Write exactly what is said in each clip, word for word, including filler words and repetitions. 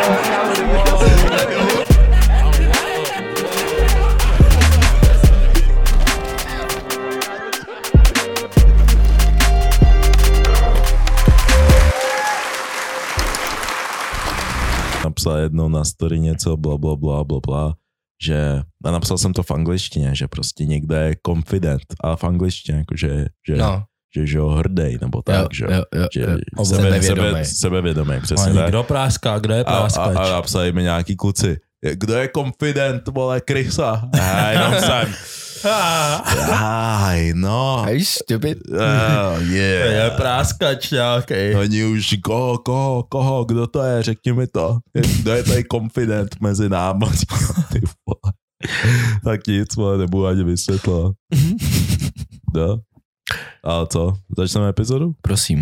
Napsal jednou na story něco, bla, bla, bla, bla, bla, že, a napsal jsem to v angličtině, že prostě někdo je confident, ale v angličtině, jakože, že, no. že, že ho hrdej, nebo tak, jo, že, jo, jo, že jo. sebe, sebe, sebevědomý, přesně tak. Kdo práská, kdo je práskač? A, a, a napsali mi nějaký kluci, kdo je confident, vole, Krysa. A jenom jsem. Aj, no. Are you stupid? Oh, yeah. Je práskač nějaký. Oni už, koho, koho, koho, kdo to je, řekni mi to. Kdo je tady confident mezi námi? Ty vole. Tak nic, vole, nebudu ani vysvětlovat. No. A co, začneme epizodu? Prosím.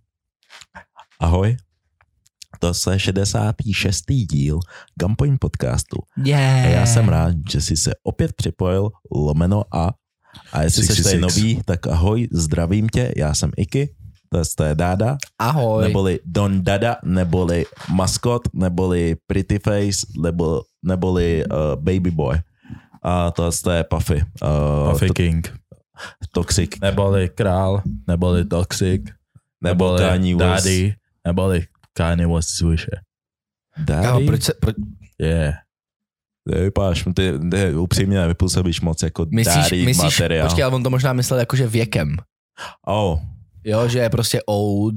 Ahoj. To je šedesátý šestý díl Gunpoint podcastu. Yeah. A já jsem rád, že jsi se opět připojil, lomeno a. A jestli jsi tady nový, tak ahoj, zdravím tě, já jsem Iky, to je, to je Dáda. Ahoj. Neboli Don Dada, neboli Maskot, neboli Pretty Face, nebo, neboli uh, Baby Boy. A to, to je Puffy. Uh, Puffy to, King. Toxic. Neboli Král, neboli Toxic, neboli neboli Daddy, neboli Kanye West Swishe. Daddy? Kámo, proč se... Proč... Yeah. Nevypadáš, ty, ty upřímně nevypůsobíš moc jako myslíš, Daddy myslíš, materiál. Počkej, ale on to možná myslel jakože věkem. Oh. Jo, že je prostě old.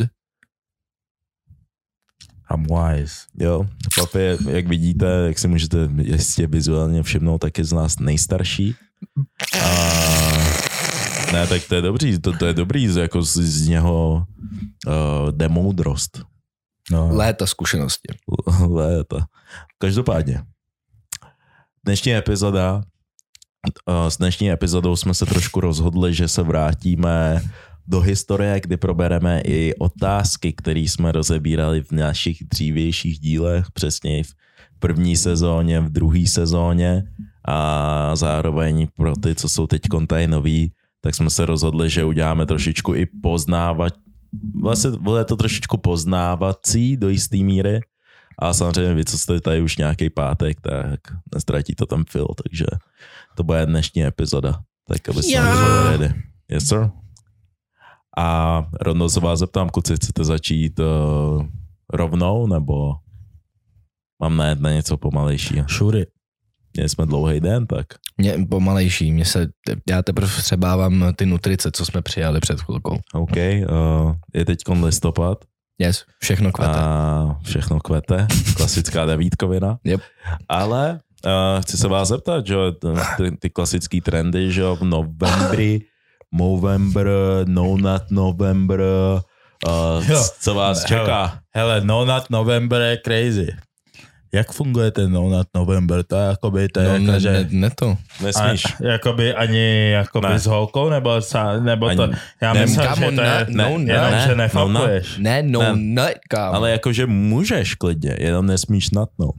I'm wise. Jo, Puffy, jak vidíte, jak si můžete jistě vizuálně všimnout, tak je z nás nejstarší. A ne, tak to je dobrý, to, to je dobrý, jako z, z něho uh, jde moudrost. No. Léta zkušenosti. Léta. Každopádně, dnešní epizoda, uh, s dnešní epizodou jsme se trošku rozhodli, že se vrátíme do historie, kdy probereme i otázky, které jsme rozebírali v našich dřívějších dílech, přesně v první sezóně, v druhé sezóně a zároveň pro ty, co jsou teď tady noví, tak jsme se rozhodli, že uděláme trošičku i poznávat, vlastně bude to trošičku poznávací do jisté míry a samozřejmě vy, co jste tady už nějaký pátek, tak nestratí to ten feel, takže to bude dnešní epizoda. Tak aby se yeah. ready. Yes, sir. A rovnou se vás zeptám, kluci, chcete začít uh, rovnou, nebo mám na jedné něco pomalejšího? Šury. Měli jsme dlouhý den, tak. Mě pomalejší, mě se, já teprve vstřebávám ty nutrice, co jsme přijali před chvilkou. OK, uh, je teď listopad. Yes, všechno kvete. A všechno kvete, klasická devítkovina. Yep. Ale uh, chci se vás zeptat, že ty, ty klasický trendy, že v novembri, Movember, No Nut November, uh, co vás čeká? Hele, hele, No Nut November je crazy. Jak funguje ten No Nut November? To je jakoby, to je no, jako, ne, že... Ne, ne to. Nesmíš. A, jakoby ani jakoby ne. S holkou, nebo, sa, nebo ani, to... Já ne, myslím, kámo, že to ne, je no, jenom, ne, že nefakuješ. Ne, no ne. nut, kámo. Ale jakože můžeš klidně, jenom nesmíš natnout.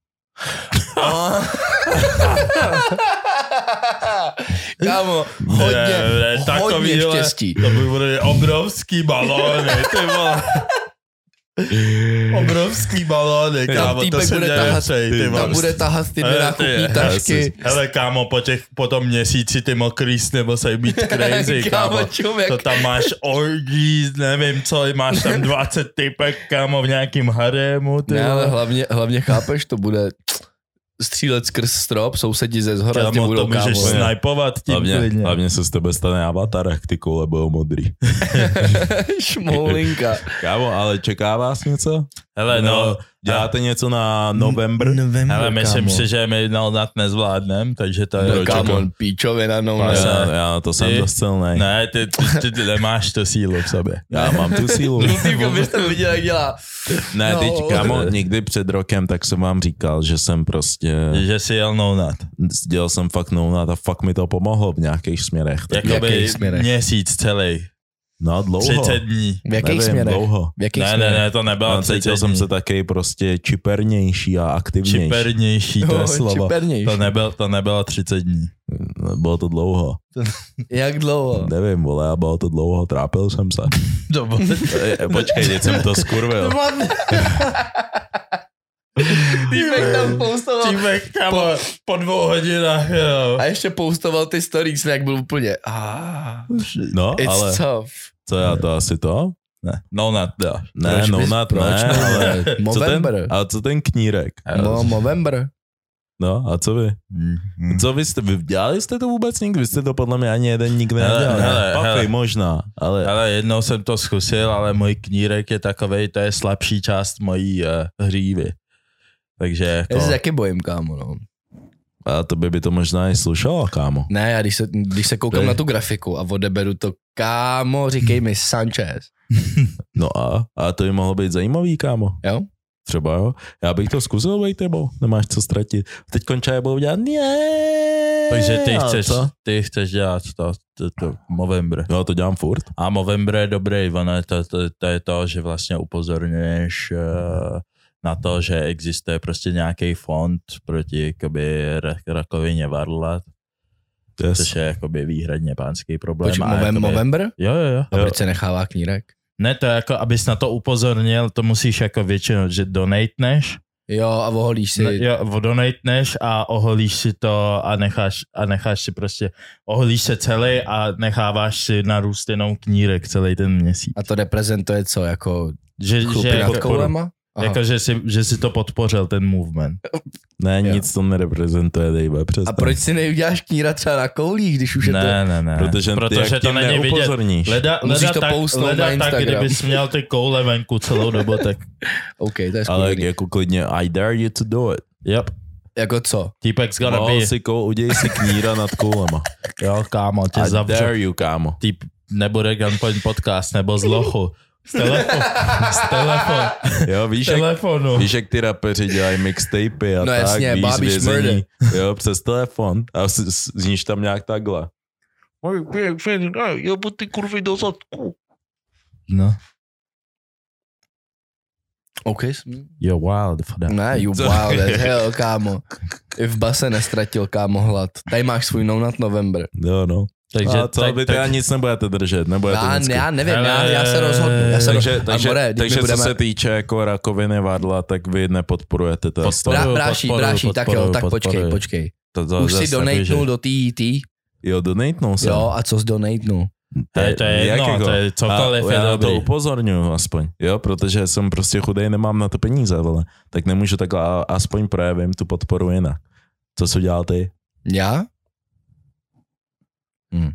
Kámo, hodně, ne, ne, hodně štěstí. To by byly obrovský balóny, ty vole. Obrovský balóny, kámo, to se nevěcej, ty vole. Tam bude tahat ty dvě nákupní tašky. Hele, kámo, po, těch, po tom měsíci ty mokrý sny musí být crazy, kámo. To tam máš orgies, nevím co, máš tam dvacet typek, kámo, v nějakým harému, ty ne, vole. ale hlavně, hlavně chápeš, to bude... střílet skrz strop, sousedi ze zhora, kámo, tě budou, to můžeš kámo. snajpovat tím hlavně, klidně. hlavně se z tebe stane avatar, jak ty koule budou modrý. Šmoulinka. Kámo, ale čeká vás něco? Hele, no, no děláte něco na november? November, hele, myslím kámo. si, že my No Nut nezvládnem, takže to je... No, kámo, píčovina, no, Já, ne. já to jsem ty, dost silnej. Ne, ty, ty, ty nemáš tu sílu v sobě. Já mám tu sílu. Týmko, byste viděli, jak dělá. Ne, No. teď, kámo, někdy před rokem, tak jsem vám říkal, že jsem prostě... Že jsi jel No Nut. Dělal jsem fakt No Nut a fakt mi to pomohlo v nějakých směrech. Tak Jakoby měsíc celý. No, dlouho. třicet dní. V jakých Nevím, směrech? dlouho. V jakých Ne, ne, směrech? ne, to nebylo No, třicet cítil jsem dní. se taky prostě čipernější a aktivnější. Čipernější, to je Jo, slovo. čipernější. To, nebyl, to nebylo třicet dní. Bylo to dlouho. Jak dlouho? Nevím, vole, a bylo to dlouho, trápil jsem se. To bylo... E, Počkej, teď jsem to skurvil. Týpek tam postoval. Týpek, kámo, po dvou hodinách, jo. A ještě postoval ty stories, jak byl úplně, ah, No, it's ale tough. co já to asi to? Ne, no not, jo. Ne, Proč no bys- not, proč ne, ne? ale co ten, Movember. a co ten knírek? No, Movember. No, a co vy? Mm. Co vy jste, vy dělali jste to vůbec nikdy? Vy jste to podle mě ani jeden nikdy Hele, nedělali. hele, Papy hele. možná, ale... Ale jednou jsem to zkusil, ale můj knírek je takovej, to je slabší část mojí uh, hřívy. Takže jako... Já se taky bojím, kámo, no. A to by by to možná i slušalo, kámo. Ne, já když se, když se koukám To je- na tu grafiku a odeberu to, kámo, říkej mi Sanchez. No a, a to by mohlo být zajímavý, kámo. Jo? Třeba jo. Já bych to zkusil, vej tebou. Nemáš co ztratit. Teď končá budou dělat ne. Takže ty A chceš, co? ty chceš dělat to, to, to Movember. Jo, to dělám furt. A Movember je dobrý, ono je to, to, to je to, že vlastně upozorňuješ uh, na to, že existuje prostě nějaký fond proti jakoby ra- rakovině varlat, Yes. což je jakoby výhradně pánský problém. Počkej, a Movem, jakoby, Movember? Jo, jo, jo. A proč se nechává knírek? Ne, to je jako, abys na to upozornil, to musíš jako většinou, že donatneš, Jo, a oholíš si. ne, jo, donateš a oholíš si to a necháš, a necháš si prostě, oholíš se celý a necháváš si narůst jenom knírek celý ten měsíc. A to reprezentuje co, jako Že, chlupy že, nad jako, koulema? Aha. jako že, si, že si to podpořil, ten movement. Ne, Jo. nic to nereprezentuje, Dejbe, přestaň. A proč si neuděláš kníra třeba na koulích, když už je to... Ne, ne, ne. Protože, Protože ty, jak to tím není vidět. neupozorníš. Leda, Musíš leda to tak, postnout leda na tak, Instagram. kdybys měl ty koule venku celou dobu, tak OK, to je Ale skvělý. jako klidně, I dare you to do it. yep. Jako co? Týpek's gonna No, be, si kou, udělej si kníra nad koulema. jo, kámo, tě I zavřu. dare you, kámo. Typ, nebude Gunpoint podcast, nebo z lochu. Z, telefo, z, telefo, Jo, víš, jak, telefonu. víš, jak ty rapeři dělají mixtapy a No tak, jasně, víš, Bobby vězení. Jo, přes telefon. A s- s- zníš tam nějak takhle. Jo, ty kurvy do zadku. No. OK. You're wild for that. Ne, you wild as hell, kámo. I v base nestratil, kámo, hlad. Tady máš svůj No Nut November. Jo, no. Takže, A co, tak, vy tak, teda nic nebudete držet, nebudete Já, nic. já nevím, Hele, já, já se rozhodnu. Já se Takže, rozhodnu. takže, Arbore, takže my budeme... co se týče jako rakoviny varla, tak vy nepodporujete to. Podporuju, Brá, bráší, podporuju, bráší, tak jo, podporuju, tak počkej, podporuju. počkej. To, to Už si zase donatnul že- do T E T? Jo, donatnul jsem. Jo, a co jsi donatnul? Hej, to je Jak jedno, jako? to je cokoliv a je já na to dobrý. upozorňuji aspoň, jo, protože jsem prostě chudej, nemám na to peníze, vole. Tak nemůžu takhle, a- aspoň projevím tu podporu jinak. Co jsi udělal ty? Já? Hm.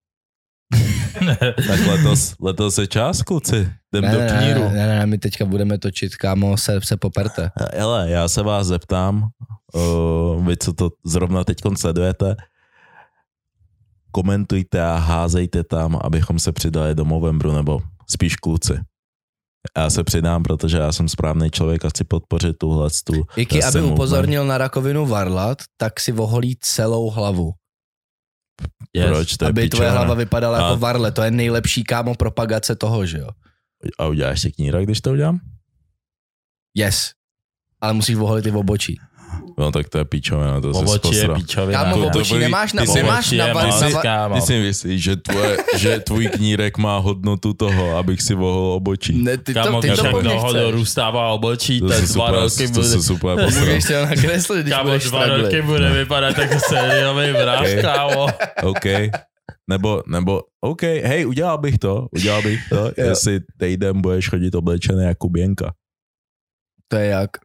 Tak letos, letos je čas, kluci. Jdem Ne, do ne, kníru. ne, ne, ne, my teďka budeme točit, kámo, se, se poperte. Hele, já se vás zeptám, uh, vy, co to zrovna teď sledujete, komentujte a házejte tam, abychom se přidali do Movembru, nebo spíš kluci. Já se přidám, protože já jsem správný člověk a chci podpořit tuhle tu. Iky, aby movement. upozornil na rakovinu varlat, tak si oholí celou hlavu. Yes. Proč? To je Aby tvoje pičovina. hlava vypadala A- jako varle. To je nejlepší, kámo, propagace toho, že jo? A uděláš si kníra, když to udělám? Yes. Ale musíš oholit i v obočí. No tak to je píčovina, to se Obočí je posra. píčovina. Kámo, v to- to obočí byli- nemáš na, ty si- nemáš na, je na, moc, na, na, kámo. Ty si myslíš, že, tvoje, že tvůj knírek má hodnotu toho, abych si vohl obočí. ne, ty to, Kámo, ty když to jak po mně dlouho chceš. dorůstává obočí, To tak se dva super, roky to bude... se super posral. Můžeš si ho nakreslit, když Kámo, budeš dva roky strugglit. bude vypadat jako sériový vrah, Okay. kámo. OK. Nebo, nebo, OK, hej, udělal bych to, udělal bych to, jestli týden budeš chodit oblečený jako Běnka. To je jak?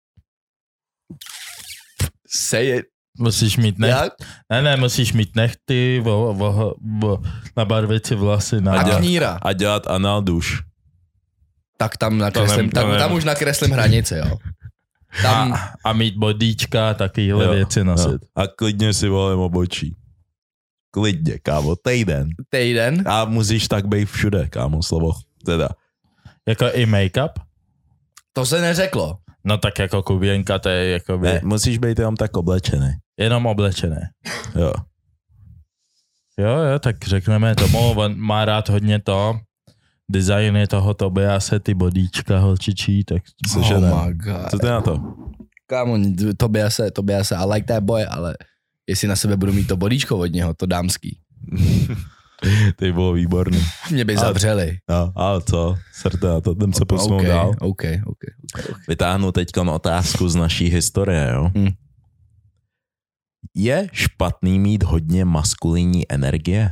Say it. Musíš mít nechty. Jak? Ne, ne, musíš mít nechty, vo, vo, vo, nabarvit si vlasy na... A dělat- kníra. A dělat anal duš. Tak tam nakreslím, To ne- to tam, ne- tam už nakreslím hranice, jo. Tam, A, a mít bodíčka, takovýhle Jo, věci nosit. Jo. A klidně si volím obočí. Klidně, kámo, týden. týden. A musíš tak být všude, kámo, slovo. Teda. Jako i make-up? To se neřeklo. No tak jako kuběnka, to je jako by Ne, musíš být jenom tak oblečený. jenom oblečené. Jo. Jo, jo, tak řekneme tomu, on má rád hodně to, designy toho Tobiase, ty bodíčka holčičí, tak Cože oh ne? my god. Co ty na to? Kámo, Tobiase, Tobiase, I like that boy, ale jestli na sebe budu mít to bodíčko od něho, to dámský. Ty bylo výborný. Mě by zavřeli. No, ale co? Srte na to, jdem se posunout okay, dál. Okay, okay, okay. Vytáhnu teďka na otázku z naší historie, jo. Hmm. Je špatný mít hodně maskulinní energie?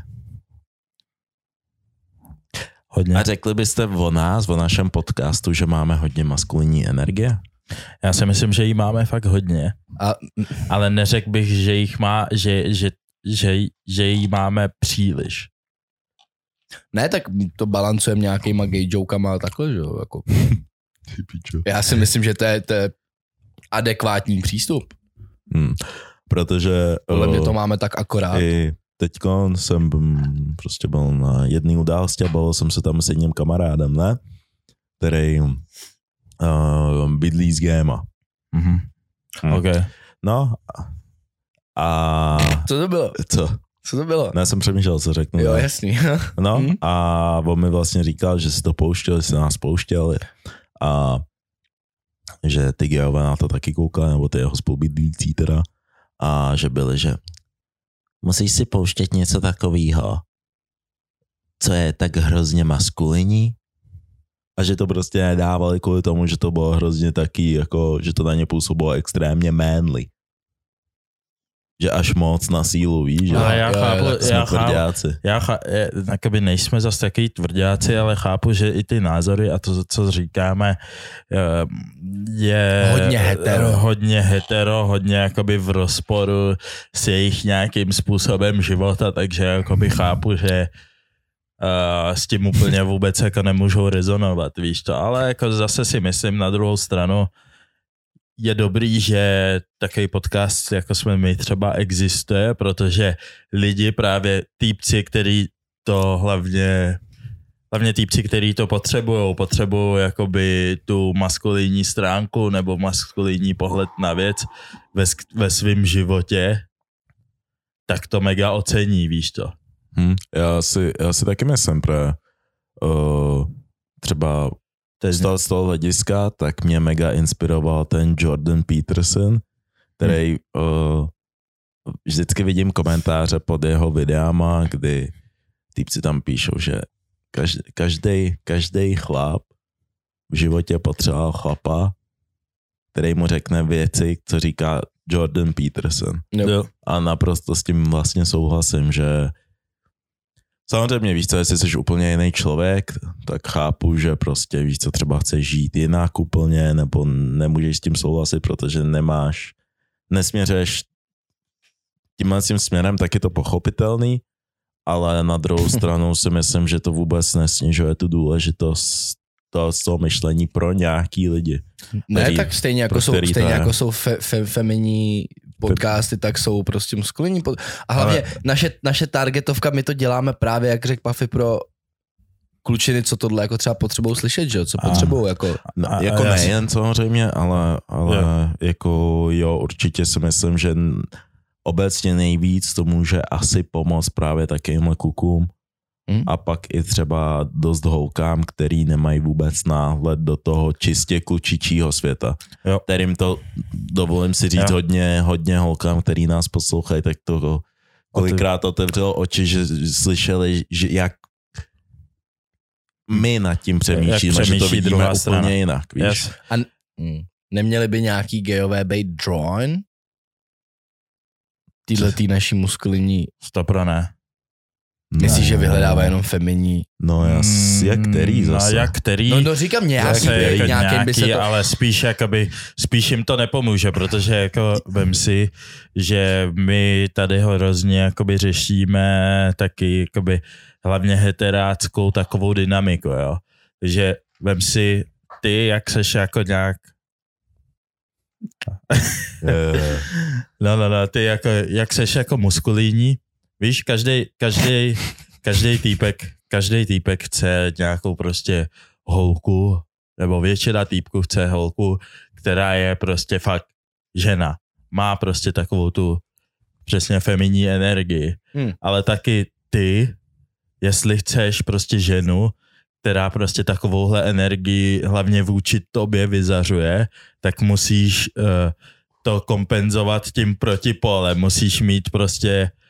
Hodně. A řekli byste o nás, o našem podcastu, že máme hodně maskulinní energie? Já si myslím, že jí máme fakt hodně. A, ale neřekl bych, že jich má, že, že, že, že jí máme příliš. Ne, tak to balancujeme nějakýma gay jokama a takhle, že jo, jako. Já si myslím, že to je, to je adekvátní přístup. Hmm. Protože... Podle mě uh, to máme tak akorát. I teďko jsem prostě byl na jedné události a bavil jsem se tam s jedním kamarádem, ne? Který uh, bydlí s géma. Mm-hmm. Hmm. Okay. No a... Co to bylo? Co? Co to bylo? Ne, jsem přemýšlel, co řeknu. Jo, ne? jasný. No Hmm. a on mi vlastně říkal, že si to pouštěl, že si nás pouštěl a že ty geové na to taky koukali, nebo ty jeho spolubydlící teda, a že byli, že musíš si pouštět něco takového, co je tak hrozně maskulinní, a že to prostě nedávali kvůli tomu, že to bylo hrozně taky, jako, že to na ně působilo extrémně manly. Že až moc na sílu, víš, že No, já jo, chápu, tak jsme já chápu, tvrďáci. já chápu, jakoby nejsme zase takový tvrďáci, ale chápu, že i ty názory a to, co říkáme, je Hodně hetero. hodně hetero, hodně jakoby v rozporu s jejich nějakým způsobem života, takže jakoby chápu, že uh, s tím úplně vůbec jako nemůžou rezonovat, víš to, ale jako zase si myslím na druhou stranu, je dobrý, že takový podcast, jako jsme my, třeba existuje, protože lidi právě týpci, který to hlavně, hlavně týpci, který to potřebujou, potřebují jakoby tu maskulinní stránku nebo maskulinní pohled na věc ve, ve svém životě, tak to mega ocení, víš to. Hmm, já, si, já si taky myslím, pre uh, třeba z toho, z toho hlediska, tak mě mega inspiroval ten Jordan Peterson, který hmm. uh, vždycky vidím komentáře pod jeho videama, kdy týpci tam píšou, že každý, každý, každý chlap v životě potřeboval chlapa, který mu řekne věci, co říká Jordan Peterson. Jo. A naprosto s tím vlastně souhlasím, že samozřejmě víš co, jestli jsi úplně jiný člověk, tak chápu, že prostě víš co, třeba chceš žít jinak úplně, nebo nemůžeš s tím souhlasit, protože nemáš, nesměřeš tímhle tím směrem, tak je to pochopitelný, ale na druhou stranu si myslím, že to vůbec nesnižuje tu důležitost toho, toho myšlení pro nějaký lidi. Ne, který, tak stejně jako jsou, stejně jako jsou fe, fe, feminní podcasty, tak jsou prostě maskulinní pod... A hlavně ale... naše, naše targetovka, my to děláme právě, jak řekl Puffy, pro klučiny, co tohle jako třeba potřebují slyšet, že? Co potřebují jako... No, jako nejen samozřejmě, ale, ale jako jo, určitě si myslím, že obecně nejvíc to může asi pomoct právě takovýmhle kukům. Hmm. A pak i třeba dost holkám, který nemají vůbec náhled do toho čistě klučičího světa. Jo. Kterým to, dovolím si říct, hodně, hodně holkám, který nás poslouchají, tak to kolikrát otevřelo oči, že slyšeli, že jak my nad tím přemýšlíme, že to vidíme úplně strana. Jinak. Víš? Yes. A hm, neměli by nějaký gejové být drawn? Tyhle tý naší muskulinní... Stopro ne. Myslíš, že vyhledává jenom feminní? No jas, jak který zase? No jak který? No, no říkám nějaký, nějaký, nějaký, nějaký by se to... ale spíš, jakoby, spíš jim to nepomůže, protože jako vem si, že my tady hrozně jakoby řešíme taky jakoby hlavně heteráckou takovou dynamiku, jo. Takže vem si ty, jak seš jako nějak no, no, no, ty jako, jak seš jako muskulíní, víš, každý, každý, každý týpek, každý týpek chce nějakou prostě holku, nebo většina týpků chce holku, která je prostě fakt žena. Má prostě takovou tu přesně feminní energii. Hmm. Ale taky ty, jestli chceš prostě ženu, která prostě takovouhle energii hlavně vůči tobě vyzařuje, tak musíš uh, to kompenzovat tím protipolem. Musíš mít prostě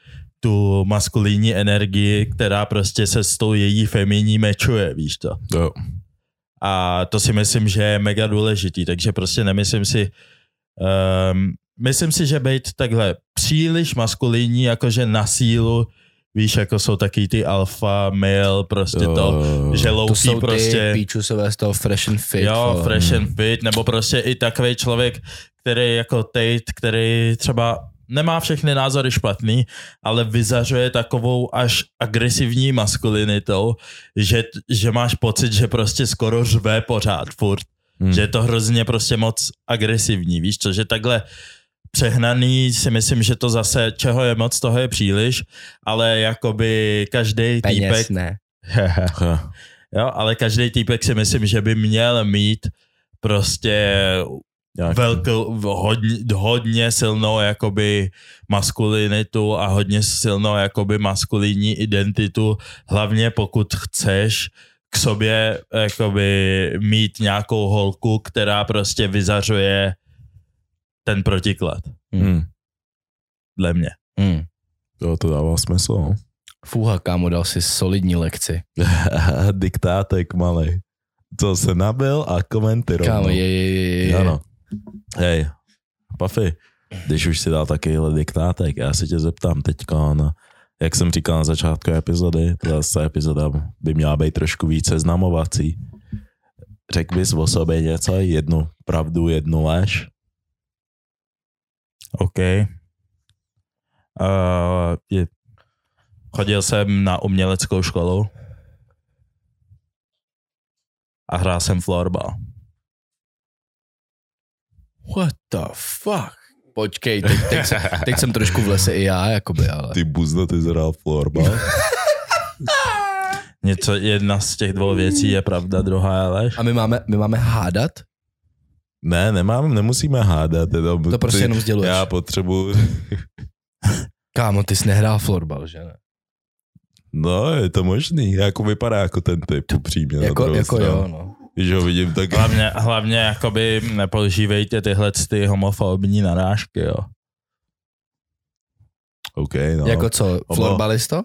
tu maskulinní energii, která prostě se s tou její feminí mečuje, víš to. Jo. A to si myslím, že je mega důležitý, takže prostě nemyslím si, um, myslím si, že být takhle příliš maskulinní, jakože na sílu, víš, jako jsou taky ty alfa, male, prostě jo, to, že loupí to jsou prostě. ty píčusové z toho fresh and fit. Jo, for, fresh and fit, nebo prostě i takový člověk, který jako Tate, který třeba nemá všechny názory špatný, ale vyzařuje takovou až agresivní maskulinitou, že, že máš pocit, že prostě skoro řve pořád furt. Hmm. Že je to hrozně prostě moc agresivní, víš co, že takhle přehnaný si myslím, že to zase, čeho je moc, toho je příliš, ale jakoby každý týpek... ne. Jo, ale každý týpek si myslím, že by měl mít prostě velkou, hodně, hodně silnou jakoby maskulinitu a hodně silnou jakoby maskulinní identitu, hlavně pokud chceš k sobě jakoby mít nějakou holku, která prostě vyzařuje ten protiklad. Hmm. Dle mě. Hmm. To, to dává smysl, no. Fúha, kámo, dal si solidní lekci. Diktátek malej. Co se nabil a komenty rovnou. Kámo, je, je, je, je. Ano. Hej, Puffy, když už si dal takovýhle diktátek, já se tě zeptám teďka, no, jak jsem říkal na začátku epizody, ta epizoda by měla být trošku více seznamovací. Řekl bys o sobě něco, jednu pravdu, jednu lež? OK. Uh, je, chodil jsem na uměleckou školu a hrál jsem florbal. What the fuck? Počkej, teď, teď, jsem, teď jsem trošku v lese i já, jakoby, ale... Ty buzno, ty zhrál florbal? Něco, jedna z těch dvou věcí je pravda, druhá je lež. A my máme, my máme hádat? Ne, nemám, nemusíme hádat. To, to prostě ty, jenom sděluješ. Já potřebuji... Kámo, ty jsi nehrál florbal, že ne? No, je to možný. Jako vypadá jako ten typ, upřímně. Jako, jako jo, no. Když ho vidím, tak... Hlavně, hlavně jakoby nepoužívejte tyhle ty homofobní narážky, jo. OK, no. Jako co, florbalisto?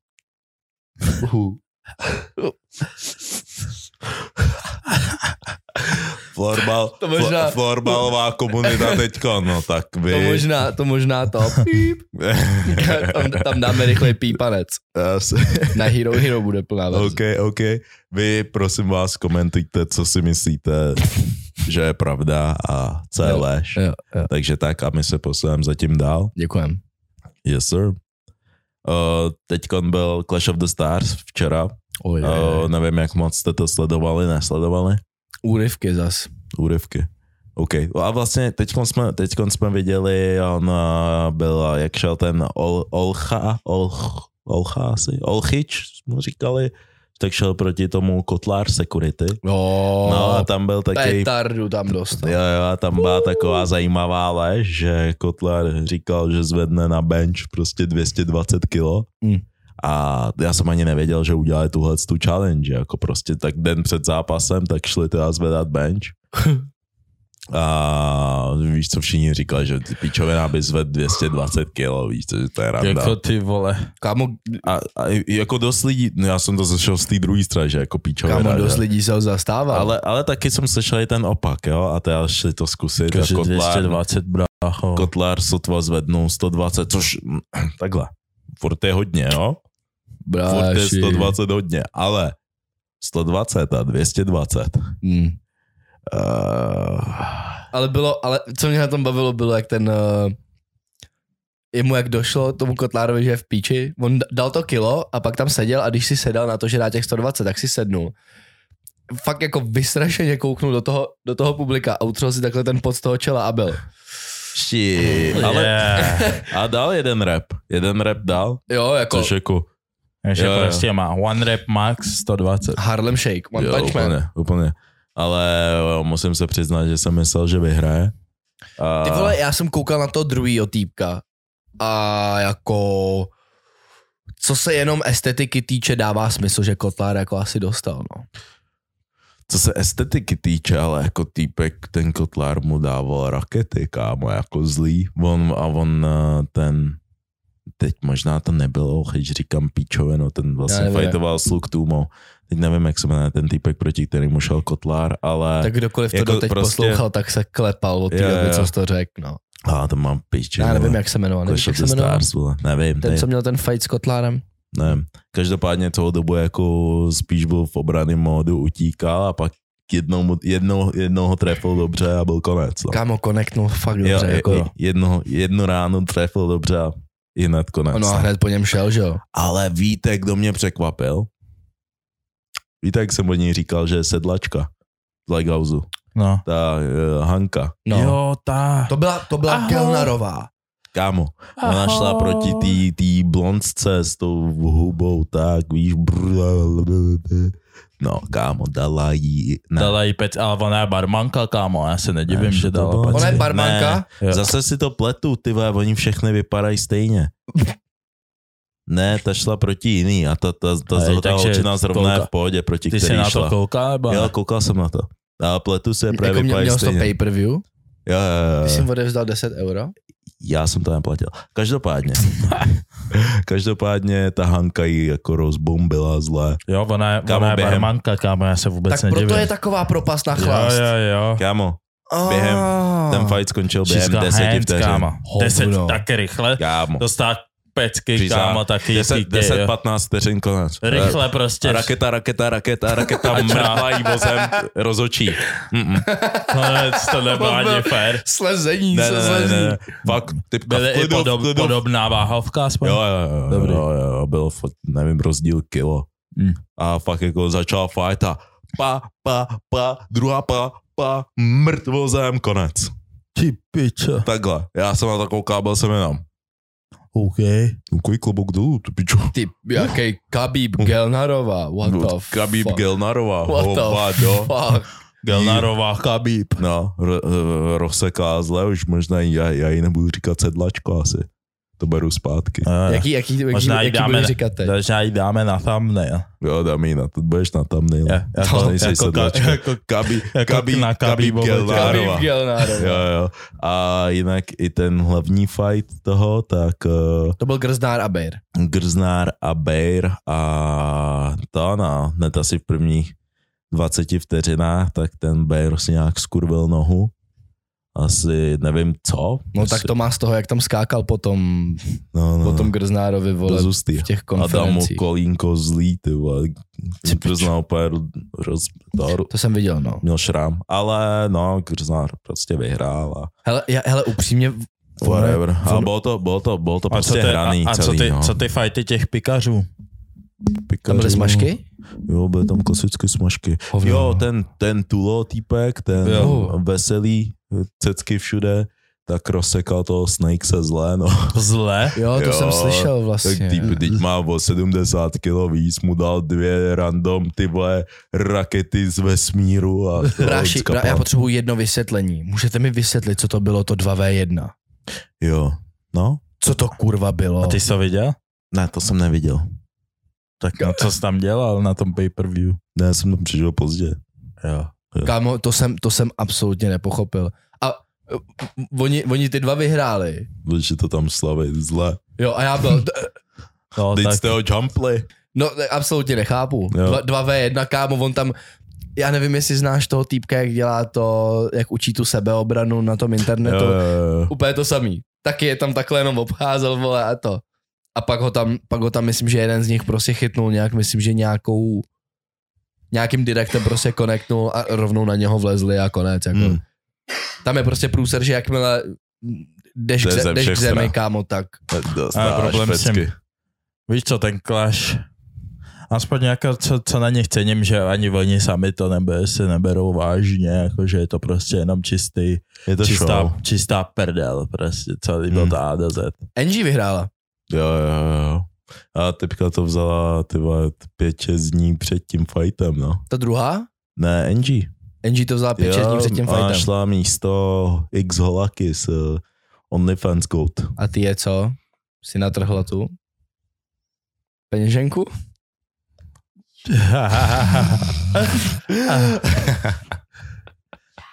Florbal, to možná, fl- florbalová komunita teďka, no tak vy... To možná, to možná to. Píp. tam, tam dáme rychlej pípanec. Na Hero Hero bude plná verze. OK, OK. Vy, prosím vás, komentujte, co si myslíte, že je pravda a co je lež. Jo, jo. Takže tak a my se posuneme zatím dál. Děkujem. Yes, sir. Uh, teďkon byl Clash of the Stars včera. Oh, je, uh, nevím, jak moc jste to sledovali, nesledovali? Úryvky zas. Úryvky. OK. A vlastně teďkon jsme, teďkon jsme viděli, on uh, byl, jak šel ten Ol, Olcha, Olch, Olcha asi, Olchič, jsme říkali, tak šel proti tomu Kotlar Security. Oh, no a tam byl taky... Petardu tam dostal. Jo, jo, a tam byla taková zajímavá lež, že Kotlar říkal, že zvedne na bench prostě dvě stě dvacet kilo. Mm. A já jsem ani nevěděl, že udělali tuhle tu challenge, jako prostě tak den před zápasem, tak šli teda zvedat bench. A víš, co všichni říkali, že ty píčovina by zved dvě stě dvacet kilo, víš, to, to je randa. Jako ty vole. Kámo, a, a jako dost lidí, no já jsem to zašel z té druhé strany, že jako píčovina. Kámo, dost že? lidí se ho zastával. Ale, ale taky jsem slyšel i ten opak, jo, a teda šli to zkusit. Takže a Kotlar, dvě stě dvacet, brácho. Kotlar sotva zvednul sto dvacet, což takhle, furt je hodně, jo. Bráši. Furt je sto dvacet hodně, ale sto dvacet a dvě stě dvacet. Hmm. Uh... Ale bylo, ale co mě na tom bavilo, bylo jak ten, uh, jemu jak došlo tomu Kotlárovi, že je v píči, on dal to kilo a pak tam seděl a když si sedal na to, že dá těch sto dvacet, tak si sednul. Fakt jako vystrašeně kouknul do toho, do toho publika a utřel si takhle ten pod z toho čela a byl. Shit, ale yeah. A dal jeden rap, jeden rap dal. Jo, jako. Což jako. Takže jo, prostě jo. Má one rap max sto dvacet. Harlem Shake, one jo, punch úplně, man. Úplně. Ale musím se přiznat, že jsem myslel, že vyhraje. A... Ty vole, já jsem koukal na toho druhýho týpka a jako co se jenom estetiky týče, dává smysl, že Kotlár jako asi dostal, no. Co se estetiky týče, ale jako týpek, ten Kotlár mu dával rakety, kámo, jako zlý. On, a on ten teď možná to nebylo, když říkám píčovinu, ten vlastně fightoval s Luke Tumo. Teď nevím, jak se jmenuje ten týpek, proti kterému šel Kotlár, ale... Tak kdokoliv to jako doteď prostě... poslouchal, tak se klepal od té doby, co jsi to řekl, no. A to mám píču. Já nevím, jak se jmenoval. Nevíš, jak se jmenoval? Nevím. Ten, co měl ten fight s Kotlárem? Nevím. Každopádně toho dobu jako spíš byl v obranném módu, utíkal a pak jednou, jednou, jednou ho trefil dobře a byl konec. No. Kámo, konektnul fakt dobře. Jo, jako... jedno, jedno ráno trefil dobře a i hned konec. Ono hned po něm šel, že jo? Ale víte, kdo mě překvapil? Víte, jak jsem od ní říkal, že je sedlačka z Lighthouse. No. Ta uh, Hanka. No. Jo, ta. To byla, to byla Gelnarová. Kámo, ona Ahoj. šla proti tý, tý blondce s tou hubou, tak víš. No, kámo, dala jí... Ne. Dala jí pec, ale ona je barmanka, kámo, já se nedivím, ne, že dala pec. Ona je barmanka? Ne, zase si to pletu, ty vole, oni všechny vypadají stejně. Ne, ta šla proti jiný a ta, ta, ta, ta, ta holčina zrovna kouka. Je v pohodě, proti Ty který šla. Ty jsi na to koukal? Nebo? Jo, koukal jsem na to. A pletu se právě vypadají stejně. stejně. Měl jsi to pay-per-view? Jo, jo, jo. Ty jsi jim odevzdal deset euro? Já jsem to neplatil. Každopádně. Každopádně ta Hanka jí jako rozbombila zle. Jo, ona je, ona je během... barmanka, kámo, já se vůbec tak nedivím. Tak proto je taková propast na chlast. Jo, jo, jo. Kámo, během, ten fight skončil během deseti vteřin. Deset tak rychle. Kámo. Dostat pecky, Přísá. Kámo, taky deset patnáct vteřin konec. Rychle prostě. A raketa, raketa, raketa, raketa, mrtvá jí vozem rozočí. Konec, to nebylo ani fér. Slezení, ne, slezení. Ne, ne, Fakt, typka byly i podob, podobná váhovka aspoň? Jo, jo, jo, jo, jo, byl, nevím, rozdíl kilo. Hmm. A fakt jako začal fight a pa, pa, pa, druhá pa, pa, mrtvozem, konec. Ty pičo. Takhle, já jsem na to koukal, byl jsem jenom. OK. Ukoj klobok dolů, ty pičo. Ty, jaký Khabib Gelnarová, what the fuck. Khabib Gelnarová, what the oh, fuck. Gelnarová Khabib. No, ro, ro, rozseká zle, už možná já, já jí nebudu říkat sedlačko asi. To beru zpátky. Uh, jaký, jaký, jaký, možná jaký dáme, budeš říkat teď? Možná jí dáme na thumbnail. Jo, dám jí na, to budeš na thumbnail. Yeah, jako, to jako, sedlačko. Jako, Khabib, jako Khabib, na Khabib Gelnarová. Khabib Gelnarová. Jo, jo. A jinak i ten hlavní fight toho, tak... Uh, to byl Grznár a Bejr. Grznár a Bejr a to no, hned asi v prvních dvaceti vteřinách, tak ten Bejr si nějak skurvil nohu. Asi nevím co. No asi... tak to má z toho, jak tam skákal potom, no, no, potom Grznárovi, vole, v těch konferencích. A tam mu kolínko zlý, ty vole. Grznár úplně roz... To jsem viděl, no. Měl šrám, ale no, Grznár prostě vyhrál. A... Hele, já, hele, upřímně... Whatever. Ale bylo to, bylo to, bylo to a prostě ty, hraný a, a celý, co ty, no. co ty fighty těch pikařů? Pikařů. Tam byly smažky? Jo, byly tam klasické smažky. Hovno. Jo, ten, ten Tulo týpek, ten jo. veselý, cecky všude, tak rozsekal toho Snake se zle, no. Zle? Jo, to jo, jsem slyšel vlastně. Tak týp, teď má o sedmdesát kilo víc, mu dal dvě random, ty vole, rakety z vesmíru a... Bráši, brá, já potřebuji jedno vysvětlení. Můžete mi vysvětlit, co to bylo to dva vé jedna? Jo, no. Co to kurva bylo? A ty jsi to viděl? Ne, to jsem neviděl. Tak no, co jsi tam dělal na tom pay-per-view? Ne, já jsem tam přišel pozdě. Jo. jo. Kámo, to jsem, to jsem absolutně nepochopil. A uh, oni, oni ty dva vyhráli. Protože to tam slaví zle. Jo, a já byl... no, teď jste ho jumpli. No, absolutně nechápu. Dva, dva vé jedna, kámo, on tam... Já nevím, jestli znáš toho týpka, jak dělá to, jak učí tu sebeobranu na tom internetu. Jo, jo, jo. Úplně to samý. Taky je tam takhle jenom obcházel, vole, a to. A pak ho tam, pak ho tam myslím, že jeden z nich prostě chytnul nějak, myslím, že nějakou, nějakým direktem prostě konektnul a rovnou na něho vlezli a konec. Jako. Hmm. Tam je prostě průser, že jakmile jdeš, k, jdeš k zemi, kámo, tak... A problém s tím. Víš co, ten Clash, aspoň nějaká, co, co na nich cením, že ani oni sami to nebe, si neberou vážně, jako, že je to prostě jenom čistý, je to čistá, čistá perdel, prostě celý byl hmm. A do Z. Angie vyhrála. Jo, jo, jo. A typka to vzala tyva pět, šest dní před tím fightem, no. Ta druhá? Ne, Angie. Angie to vzala pět, šest dní před tím fightem. A šla místo X Holaky z uh, OnlyFans Gold. A ty je co? Si natrhla tu? Peněženku?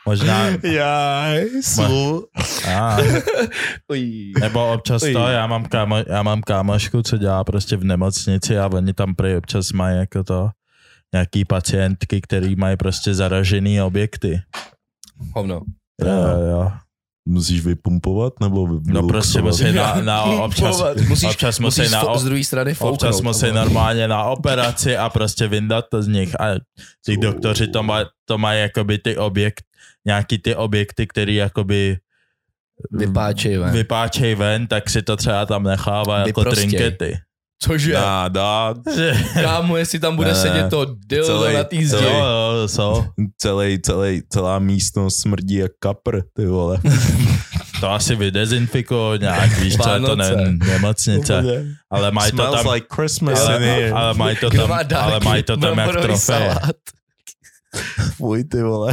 Možná... Jaj, slu. A, nebo občas Uj. to, já mám, kámo, já mám kámošku, co dělá prostě v nemocnici a oni tam prý občas mají jako to nějaký pacientky, který mají prostě zaražený objekty. Hovno. Jo, jo, jo. Musíš vypumpovat, nebo No vyluxovat? prostě musí na, na občas, musíš, občas musí musíš na, fo- z druhé strany fouknout. občas musí normálně na operaci a prostě vyndat to z nich. A ty doktoři to mají to maj jakoby ty objekt, nějaký ty objekty, který jakoby Vypáčej ven. vypáčej ven, tak si to třeba tam nechává jako Vyprostěj. trinkety. Cože? Dá, dá, Kámo, jestli tam bude Ne, sedět to dildo celý- na té Jo, zdi. jo, so. celý, celý, celá místnost smrdí jak kapr, ty vole. To asi vydezinfikují nějak, víš co, je to ne, nemocnice. Ale mají to Smells tam, like Christmas ale, in here. ale mají to Kdo tam, má dárky? ale mají to tam jak Bramborový trofeje. salát. Fuj, ty vole.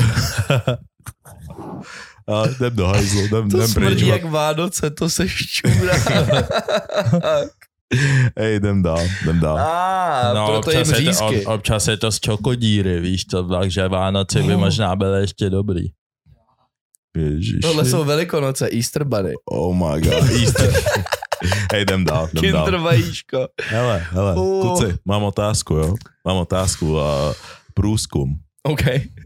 A jdem do hajzlu, jdem, To jdem pryč. smrdí jak Vánoce, to se šťůrá. Ej, jdem dál, jdem dál. A, No, proto jim občas je, to, řízky. ob, občas je to z čokodíry, víš co, takže Vánoce by Oh. možná byly ještě dobrý. Ježiši. Tohle jsou Velikonoce, Easter Bunny. Oh my god. Easter. Hej, jdem dál, jdem dál. Kinder vajíčko. Hele, hele, Oh. kluci, mám otázku, jo? Mám otázku a průzkum. OK.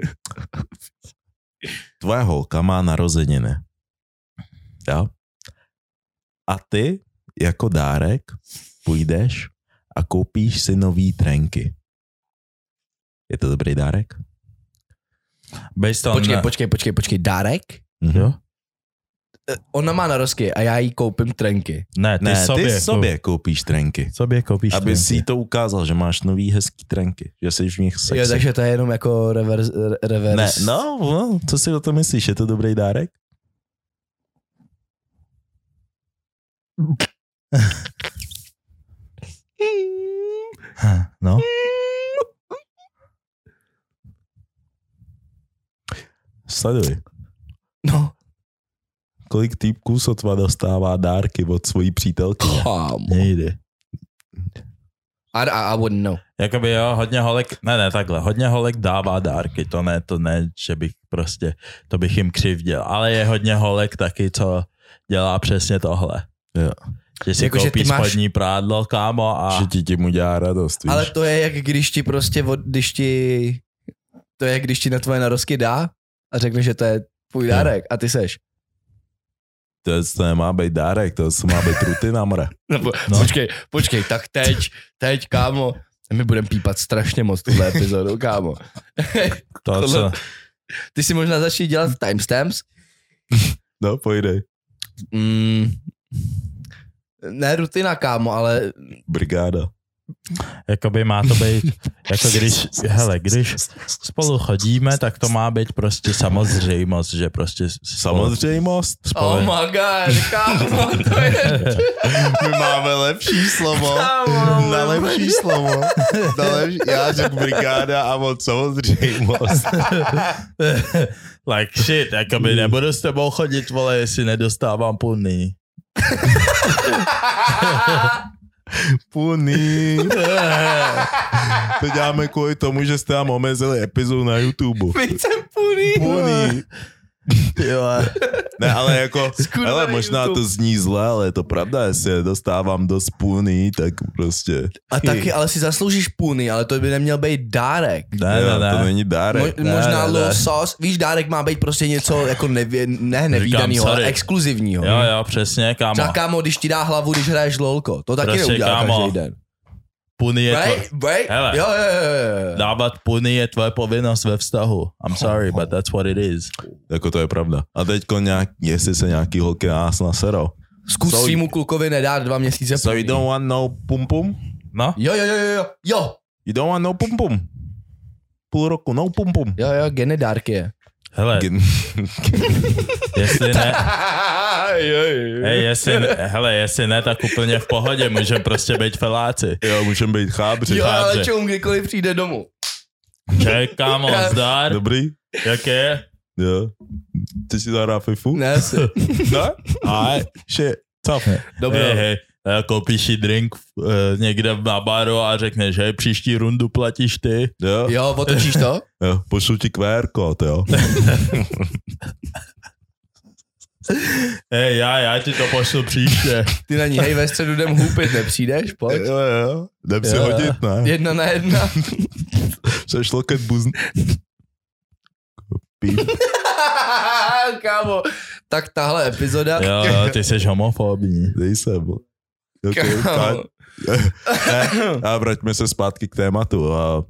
Tvoje holka má narozeniny. Jo? A ty jako dárek půjdeš a koupíš si nový trenky. Je to dobrý dárek? Based on, Počkej, počkej, počkej, počkej, dárek? Jo? Ona má narozky a já jí koupím trenky. Ne, ty Ne, sobě, ty sobě koupíš trenky. sobě koupíš Aby trenky. si jí to ukázal, že máš nový hezký trenky. Že jsi v nich sexy. Jo, takže to je jenom jako reverse. Ne, reverse. no, no, co si o to myslíš? Je to dobrý dárek? No, Sleduj. No. Kolik týpků sotva dostává dárky od svojí přítelky? Kámo. nejde. I, I, I wouldn't know. Jakoby jo, hodně holek, ne, ne, takhle, hodně holek dává dárky, to ne, to ne, že bych prostě, to bych jim křivděl, ale je hodně holek taky, co dělá přesně tohle. Jo. Že si Jako, že koupí ty máš- spodní prádlo, kámo, a Že ti tím udělá radost, víš? Ale to je jak když ti prostě, od, když ti, to je jak když ti na tvoje narozky dá a řekne, že to je tvůj dárek a ty seš. To, to nemá být dárek, to má být rutina, mre. No, no. Počkej, počkej, tak teď, teď, kámo, my budeme pípat strašně moc tuhle epizodu, kámo. to, Tohle- co, Ty si možná začni dělat timestamps? No, pojdej. Mm, ne rutina, kámo, ale Brigáda. jakoby má to být, jako když, hele, když spolu chodíme, tak to má být prostě samozřejmost, že prostě spolu, Samozřejmost? spolu, oh my god, kámo, to je... My máme lepší slovo. Kámo, Na lepší slovo. Na lepší, já řekl brigáda a on samozřejmost. like shit, jakoby nebudu s tebou chodit, vole, jestli nedostávám půlný. Puný. To děláme kvůli tomu, že jste nám omezili epizodu na YouTube. Teď jsem půlý. Puný. Ne, ale jako, Skurvený ale možná YouTube. to zní zle, ale je to pravda, jestli dostávám dost puný, tak prostě. A taky, ale si zasloužíš půlný, ale to by neměl být dárek. Ne, Jo, ne, to ne. není dárek. Mo- možná ne, ne. little sauce. Víš, dárek má být prostě něco jako nevě, ne nevídanýho, sorry. ale exkluzivního. Jo, jo, přesně, kámo. Třeba kámo, když ti dá hlavu, když hraješ lolko. To taky Prostě, neudělá kámo. každý den. Puny je tvoje, Right? Right? Hele. Jo, jo, jo, jo. dávat puny je tvoje povinnost ve vztahu. I'm sorry, but that's what it is. Jako to je pravda. A teďko nějak, jestli se nějaký holky na nás naserou. Zkus So- svýmu klukovi nedát dva měsíce So you půlný. don't want no pum pum? No, Jo, jo, jo, jo, jo. Jo, You don't want no pum pum? Půl roku, no pum pum. jo, jo, geny dárky je. hele, Gen- jestli ne, jo, jo. hej, jestli, ne- hele, jestli ne, tak úplně v pohodě, můžeme prostě být feláci. Jo, můžeme být chábři. Jo, ale chápře. čum, kdykoliv přijde domů. Ček, kámo, zdar, Dobrý? jak je? Jo. Ty si zahrá Fifu? Ne, si. Ne? Aj, shit, tough. Dobrý. Hej, hej, koupíš si drink uh, někde na baru a řekneš, že příští rundu platíš ty. Jo, Jo, otočíš to? jo pošlu ti Q R kód, jo. Hej, já, já ti to pošlu příště. Ty na ní, hej, ve středu jdem hůpit, nepřijdeš? Pojď. Jo, jo, jdem si Jo, hodit, ne? Jedna na jedna. Seš loket buzn... Píp. Kámo, tak tahle epizoda... Jo, jo, ty jsi homofobní. Nejsem. Okay, Kámo. ne, a vraťme se zpátky k tématu. A...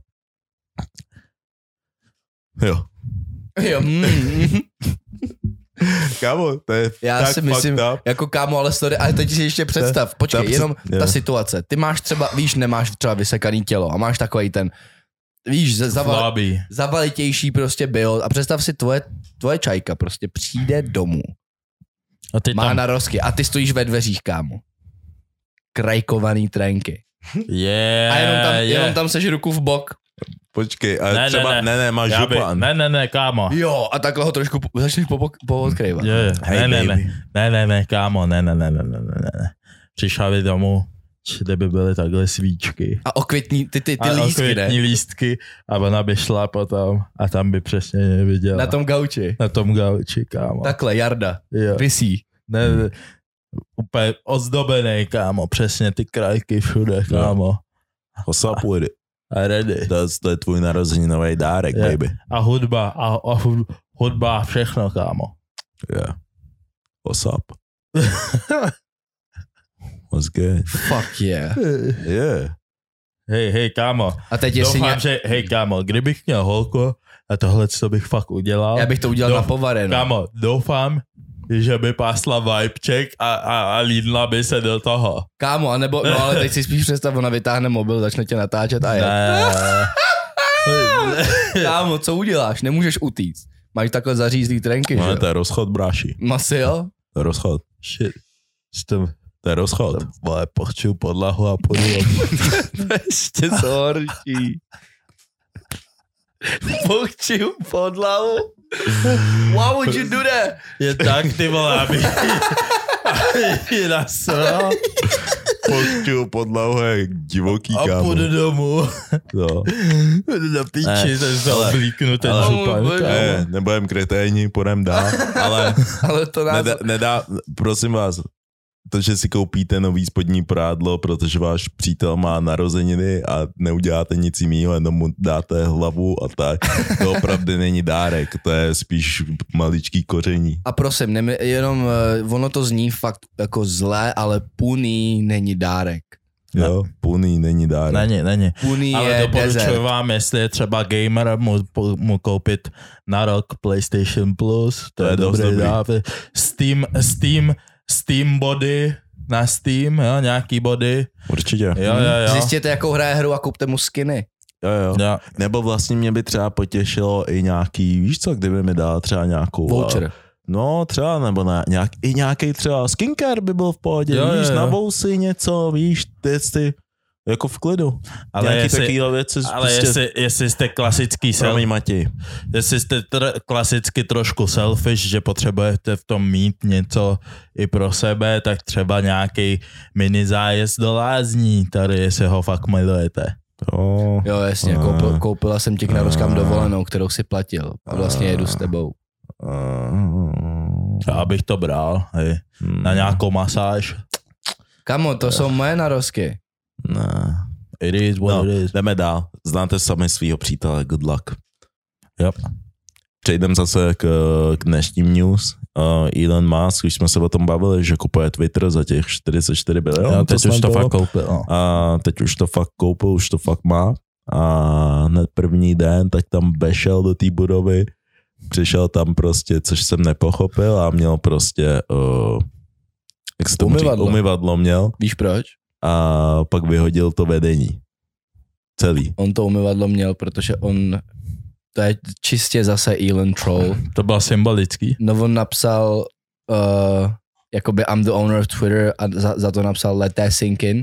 Jo. Jo, mm. Kámo, to je Já tak si myslím, fucked up. jako kámo, ale sorry, ale teď si ještě představ, počkej, ta- jenom jo. ta situace. Ty máš třeba, víš, nemáš třeba vysekaný tělo a máš takový ten, víš, zaval, Flabí. zavalitější prostě byl a představ si tvoje, tvoje čajka prostě přijde domů, A ty má tam... narosky a ty stojíš ve dveřích, kámo. Krajkovaný trenky. Yeah, A jenom tam, yeah. jenom tam seš ruku v bok. Počkej, ale Ne, ne, třeba, ne. ne, ne, máš Já by, župan. ne, ne, ne, kámo. Jo, a takhle ho trošku po- začneš po- poodkrývat. Je, je. Hej, ne, ne, ne, baby. ne, ne, ne, kámo, ne, ne, ne, ne, ne, ne, ne. Přišla by domů, kde by byly takhle svíčky. A okvětní, ty, ty, ty a lístky, ne? okvětní lístky a ona by šla potom a tam by přesně neviděla. Na tom gauči. Na tom gauči, kámo. Takhle, Jarda. Jo. Visí. Ne, ne, úplně ozdobený, kámo, přesně ty krajky všude, kámo. What's up with it? A ready. To, to je tvůj narozeninový dárek, Je. baby. A hudba, a, a hud- hudba, všechno, kámo. Yeah. What's up? What's good? Fuck yeah. Yeah. Hej, hej, kámo. A teď jestli Doufám, nějak... že, hej, kámo, kdybych měl holku a tohle, co bych fakt udělal. Já bych to udělal Douf- na povareno. Kámo, doufám, že by pásla vibe check a, a, a lídla by se do toho. Kámo, anebo, no ale teď si spíš představ, ona vytáhne mobil, začne tě natáčet a je. Ne. Kámo, co uděláš? Nemůžeš utíct. Máš takhle zařízlý trenky, že No, jo? to je rozchod, bráši. Masy, jo? To je rozchod. Shit. Jsem, To je rozchod. vole, pochču podlahu a půjdu. Ještě horší. Pochčím podlahu. Why would you do that? Je tak, ty vole, aby aby nasral Pochču podlahu je divoký, a kámo. půjdu domů. No. Půjdu do Ne, píči, jsem se ale- oblíknu ten ale- župan. Ale- kámo. Ne, nebudem kreténi, půjdem dál, ale Ale to nás... nedá, nedá, prosím vás, to, že si koupíte nový spodní prádlo, protože váš přítel má narozeniny a neuděláte nic jiného, jenom mu dáte hlavu a tak, to opravdu není dárek, to je spíš maličký koření. A prosím, ne, jenom uh, ono to zní fakt jako zlé, ale puný není dárek. Jo, půlný není dárek. Není, není. Puný Ale je doporučuji desert. vám, jestli je třeba gamer, mu, mu koupit na rok PlayStation Plus, to, To je je dost dobrý dobrý. dávek. Steam, Steam, Steam body na Steam, jo, nějaký body. Určitě. Jo, jo, jo. Zjistěte, jakou hraje hru a kupte mu skiny. Jo, jo. jo. Nebo vlastně mě by třeba potěšilo i nějaký, víš co, kdyby mi dal třeba nějakou... Voucher. No třeba, nebo na, nějak, i nějaký třeba skincare by byl v pohodě, Jo, víš, jo, jo. na vousy něco, víš, ty, ty jako v klidu. Ale Nějaký jestli- takovýhle věci. Ale prostě, jestli, jestli jste klasický self, promiň Matěj. jestli jste tr- klasicky trošku selfish, že potřebujete v tom mít něco i pro sebe, tak třeba nějaký mini zájezd do lázní, tady jestli ho fakt milujete. Jo. Jo, jasně, A- koupil, koupila jsem ti k narozkám a- dovolenou, kterou si platil. A vlastně jedu s tebou. Já bych to bral, hej, Hmm. na nějakou masáž. Kamo, to jsou moje narozky. Ne. It is what No, it is. jdeme dál. Znáte sami svýho přítele, good luck. Yep. Přejdeme zase k, k dnešním news. Uh, Elon Musk, už jsme se o tom bavili, že kupuje Twitter za těch čtyřicet čtyři bilionů. Jo, teď snad už to bylo. fakt koupil. No. A teď už to fakt koupil, už to fakt má. A hned první den, tak tam vešel do té budovy, přišel tam prostě, což jsem nepochopil a měl prostě, uh, jak se to Umyvadlo. umyvadlo měl Víš proč? a pak vyhodil to vedení. Celý. On to umyvadlo měl, protože on, to je čistě zase Elon Troll. To bylo symbolický. No on napsal, uh, jakoby I'm the owner of Twitter a za, za to napsal let that sink in.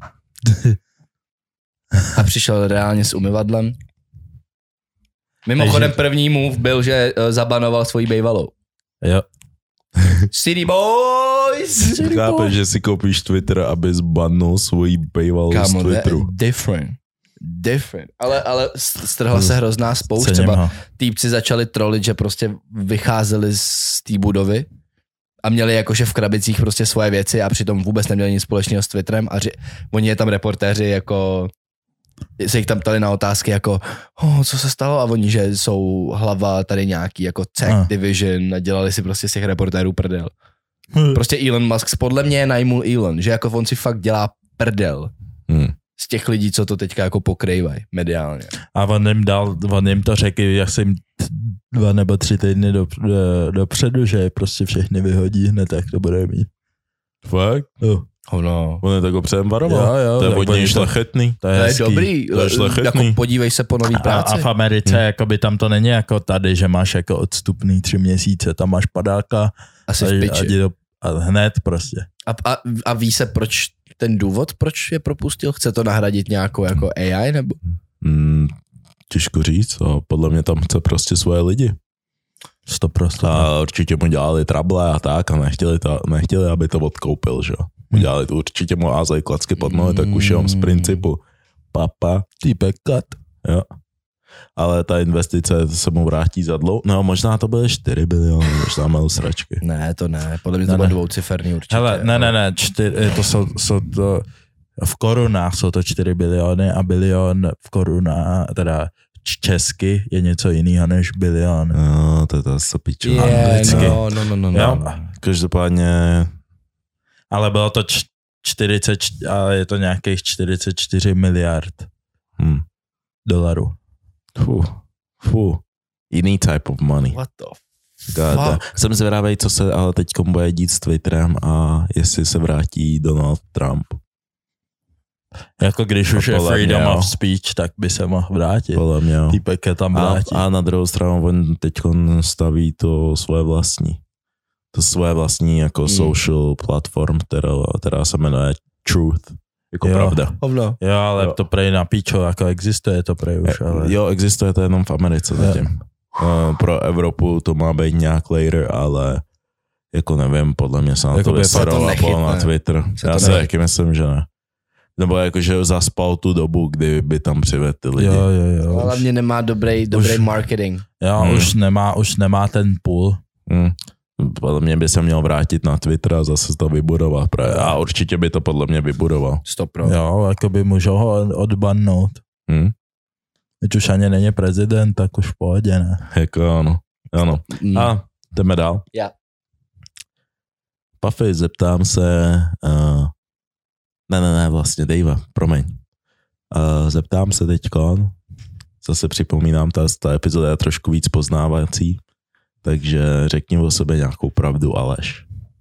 A přišel reálně s umyvadlem. Mimochodem první move byl, že uh, zabanoval svoji bejvalou. Jo. City Boys! boys. Chápeš, že si koupíš Twitter, aby zbannul svoji bývalou z Kámo, Twitteru. different. Different. Ale, ale strhla se hrozná spoušť. Třeba týpci začali trolit, že prostě vycházeli z té budovy a měli jakože v krabicích prostě svoje věci a přitom vůbec neměli nic společného s Twitterem a ři, oni je tam reportéři jako se jich tam ptali na otázky jako oh, co se stalo a oni, že jsou hlava tady nějaký jako tech ah. division a dělali si prostě z těch reportérů prdel. Hmm. Prostě Elon Musk, podle mě je najmul Elon, že jako on si fakt dělá prdel. Hmm. Z těch lidí, co to teďka jako pokrývají mediálně. A on jim, dal, on jim to řekl, jak jsem dva nebo tři týdny do, do, dopředu, že prostě všechny vyhodí hned, tak to bude mít. Fakt? Jo. Oh no. On je tak opředem varoval. Jo, jo, to je od něj šlechetný. To je, to je dobrý. To je šlechetný. Jako podívej se po nový práci. A, a v Americe, hmm. jakoby tam to není jako tady, že máš jako odstupný tři měsíce, tam máš padáka Asi v piči. A, a hned prostě. A, a, a ví se, proč ten důvod, proč je propustil? Chce to nahradit nějakou jako A I nebo? Hmm, těžko říct. A podle mě tam chce prostě svoje lidi. sto procent. A určitě mu dělali trable a tak a nechtěli, to, nechtěli aby to odkoupil, že jo. Mu dělali to, určitě mu házeli klacky pod nohy, tak už jenom z principu papa, týpek kat. Jo. Ale ta investice se mu vrátí za dlouho. No možná to byly čtyři biliony, možná malu sračky. Ne, to ne, podle mě to bylo dvouciferný určitě. Hele, ne, ne, ne, čtyři, to jsou, jsou to, v korunách jsou to čtyři biliony a bilion v korunách, teda česky je něco jiného než bilion. No, to je to se piču. Yeah, no, no, no, no, no. Každopádně... Ale bylo to čtyřicet, ale je to nějakých čtyřicet čtyři miliard hmm. dolarů. Fuh, fuh. Jiný type of money. What the God, jsem zvědavý, co se ale teď bude dít s Twitterem a jestli se vrátí Donald Trump. Jako když už je freedom mě, of speech, tak by se mohl vrátit. Podle mě, Týpek je tam vrátí. A, a na druhou stranu on teď staví to svoje vlastní. To svoje vlastní jako hmm. social platform, která, která se jmenuje Truth. Jako jo. pravda. Hovno. Jo, ale jo. to prej na píčo, jako existuje to prej už, ale... Jo, existuje to jenom v Americe zatím. Uh, pro Evropu to má být nějak later, ale jako nevím, podle mě se na jako to vysarovala pol na Twitter. Se Já si taky myslím, že ne. Nebo jakože zaspal tu dobu, kdy by tam přivedl ty lidi. Jo, jo, jo. Ale mě nemá dobrý, dobrý už, marketing. Jo, hmm. už, nemá, už nemá ten půl. Hmm. Podle mě by se měl vrátit na Twitter a zase to vybudovat. A určitě by to podle mě vybudoval. Stopro. Jo, jako by můžou ho odbannout. Hmm. Teď už ani není prezident, tak už v pohodě, ne? Jako ano. ano. Hmm. A jdeme dál. Já. Yeah. Puffy, zeptám se... Uh, ne, ne, ne, vlastně, Dave, promiň. Uh, zeptám se teďkon, zase připomínám, ta, ta epizoda je trošku víc poznávací, takže řekni o sobě nějakou pravdu a lež.